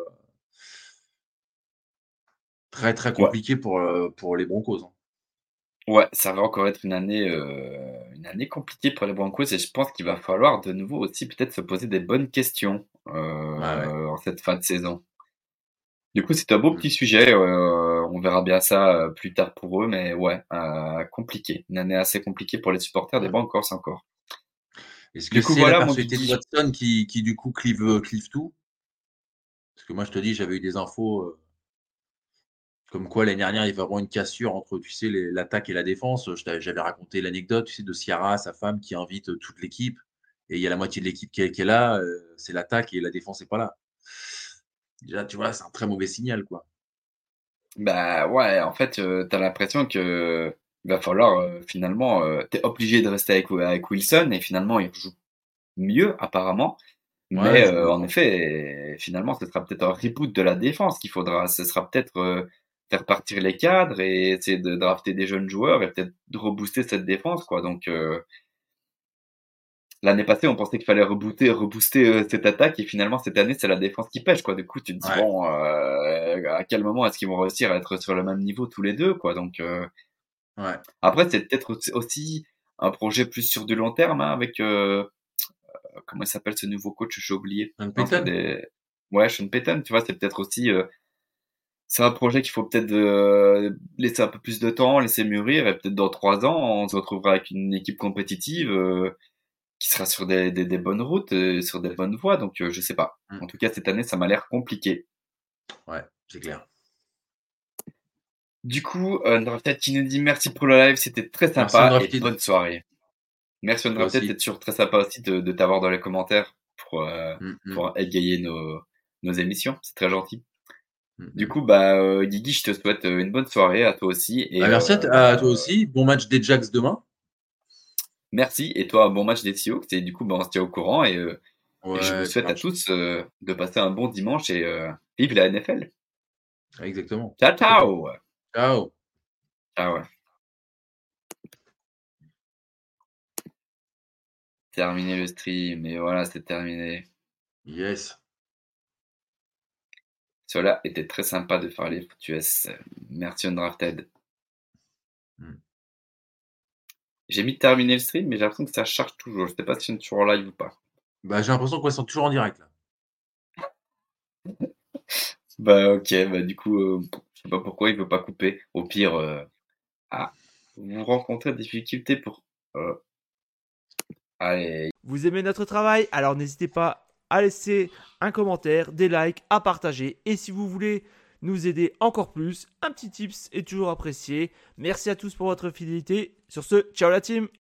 [SPEAKER 4] très, très
[SPEAKER 2] Ouais.
[SPEAKER 4] compliqué pour, euh, pour les Broncos, hein.
[SPEAKER 2] Ouais, ça va encore être une année, euh, une année compliquée pour les Broncos et je pense qu'il va falloir de nouveau aussi peut-être se poser des bonnes questions
[SPEAKER 4] Ouais, ouais.
[SPEAKER 2] euh, en cette fin de saison. Du coup, c'est un beau
[SPEAKER 4] Mm.
[SPEAKER 2] petit sujet. Euh, on verra bien ça euh, plus tard pour eux, mais ouais, euh, compliqué. Une année assez compliquée pour les supporters des
[SPEAKER 4] Ouais.
[SPEAKER 2] Broncos encore.
[SPEAKER 4] Est-ce que
[SPEAKER 2] Du coup,
[SPEAKER 4] c'est la
[SPEAKER 2] voilà, mon
[SPEAKER 4] personnalité de
[SPEAKER 2] Guigui.
[SPEAKER 4] Watson qui, qui du coup, clive, euh, clive tout? Parce que moi, je te dis, j'avais eu des infos euh, comme quoi l'année dernière, il y avait vraiment une cassure entre, tu sais, les- l'attaque et la défense. Je t'avais- J'avais raconté l'anecdote, tu sais, de Ciara, sa femme, qui invite euh, toute l'équipe. Et il y a la moitié de l'équipe qui est, qui est là, euh, c'est l'attaque et la défense n'est pas là. Déjà, tu vois, c'est un très mauvais signal, quoi.
[SPEAKER 2] Bah ouais, en fait, euh, t'as l'impression que il va falloir euh, finalement, euh, t'es obligé de rester avec, avec Wilson et finalement il joue mieux apparemment.
[SPEAKER 4] Ouais,
[SPEAKER 2] Mais
[SPEAKER 4] je
[SPEAKER 2] euh,
[SPEAKER 4] veux.
[SPEAKER 2] en effet, finalement, ce sera peut-être un reboot de la défense qu'il faudra. Ce sera peut-être euh, faire partir les cadres et essayer de drafter des jeunes joueurs et peut-être de rebooster cette défense, quoi. Donc euh, l'année passée, on pensait qu'il fallait rebooter, rebooster euh, cette attaque et finalement cette année, c'est la défense qui pêche, quoi. Du coup, tu te dis
[SPEAKER 4] Ouais,
[SPEAKER 2] bon, euh, à quel moment est-ce qu'ils vont réussir à être sur le même niveau tous les deux, quoi. Donc euh,
[SPEAKER 4] ouais.
[SPEAKER 2] après, c'est peut-être aussi aussi un projet plus sur du long terme, hein, avec euh, comment il s'appelle ce nouveau coach, j'ai oublié.
[SPEAKER 4] Sean
[SPEAKER 2] Non,
[SPEAKER 4] Payton
[SPEAKER 2] c'est des... Ouais, Sean Payton, tu vois, c'est peut-être aussi... euh, c'est un projet qu'il faut peut-être euh, laisser un peu plus de temps, laisser mûrir, et peut-être dans trois ans, on se retrouvera avec une équipe compétitive euh, qui sera sur des, des, des bonnes routes, euh, sur des bonnes voies, donc euh, je sais pas.
[SPEAKER 4] Mm.
[SPEAKER 2] En tout cas, cette année, ça m'a l'air compliqué.
[SPEAKER 4] Ouais, c'est clair.
[SPEAKER 2] Du coup, euh, Ndrafted qui nous dit merci pour le live, c'était très
[SPEAKER 4] Merci,
[SPEAKER 2] sympa et
[SPEAKER 4] Undrafted.
[SPEAKER 2] bonne soirée. Merci
[SPEAKER 4] Toi
[SPEAKER 2] Ndrafted,
[SPEAKER 4] aussi.
[SPEAKER 2] c'est toujours très sympa aussi de, de t'avoir dans les commentaires pour, euh,
[SPEAKER 4] Mm, mm,
[SPEAKER 2] pour égayer nos, nos émissions, c'est très gentil.
[SPEAKER 4] mm,
[SPEAKER 2] Du
[SPEAKER 4] mm.
[SPEAKER 2] coup, bah, euh, Guigui, je te souhaite euh, une bonne soirée à toi aussi et
[SPEAKER 4] Bah, merci à, t-
[SPEAKER 2] euh,
[SPEAKER 4] à
[SPEAKER 2] bah,
[SPEAKER 4] toi aussi. Bon match des Jacks demain.
[SPEAKER 2] merci et toi, bon match des Seahawks et du coup, bah, on se tient au courant et, euh, et je vous
[SPEAKER 4] Ouais, ça
[SPEAKER 2] souhaite à
[SPEAKER 4] marche.
[SPEAKER 2] tous euh, de passer un bon dimanche et euh, vive la N F L.
[SPEAKER 4] Exactement.
[SPEAKER 2] Ciao,
[SPEAKER 4] Tout à fait.
[SPEAKER 2] ciao!
[SPEAKER 4] Ciao.
[SPEAKER 2] Ciao. Terminé le stream et voilà, c'est terminé.
[SPEAKER 4] Yes.
[SPEAKER 2] Cela était très sympa de faire les foot U S. Merci Undrafted.
[SPEAKER 4] Mm.
[SPEAKER 2] J'ai mis terminer le stream, mais j'ai l'impression que ça charge toujours. Je sais pas si on est toujours en live ou pas.
[SPEAKER 4] Bah, j'ai l'impression qu'on sont toujours en direct là.
[SPEAKER 2] Bah ok, bah du coup, euh, je sais pas pourquoi il veut pas couper. Au pire, euh, ah, vous rencontrez des difficultés pour... euh, allez.
[SPEAKER 1] Vous aimez notre travail? Alors n'hésitez pas à laisser un commentaire, des likes, à partager. Et si vous voulez nous aider encore plus, un petit tips est toujours apprécié. Merci à tous pour votre fidélité. Sur ce, ciao la team!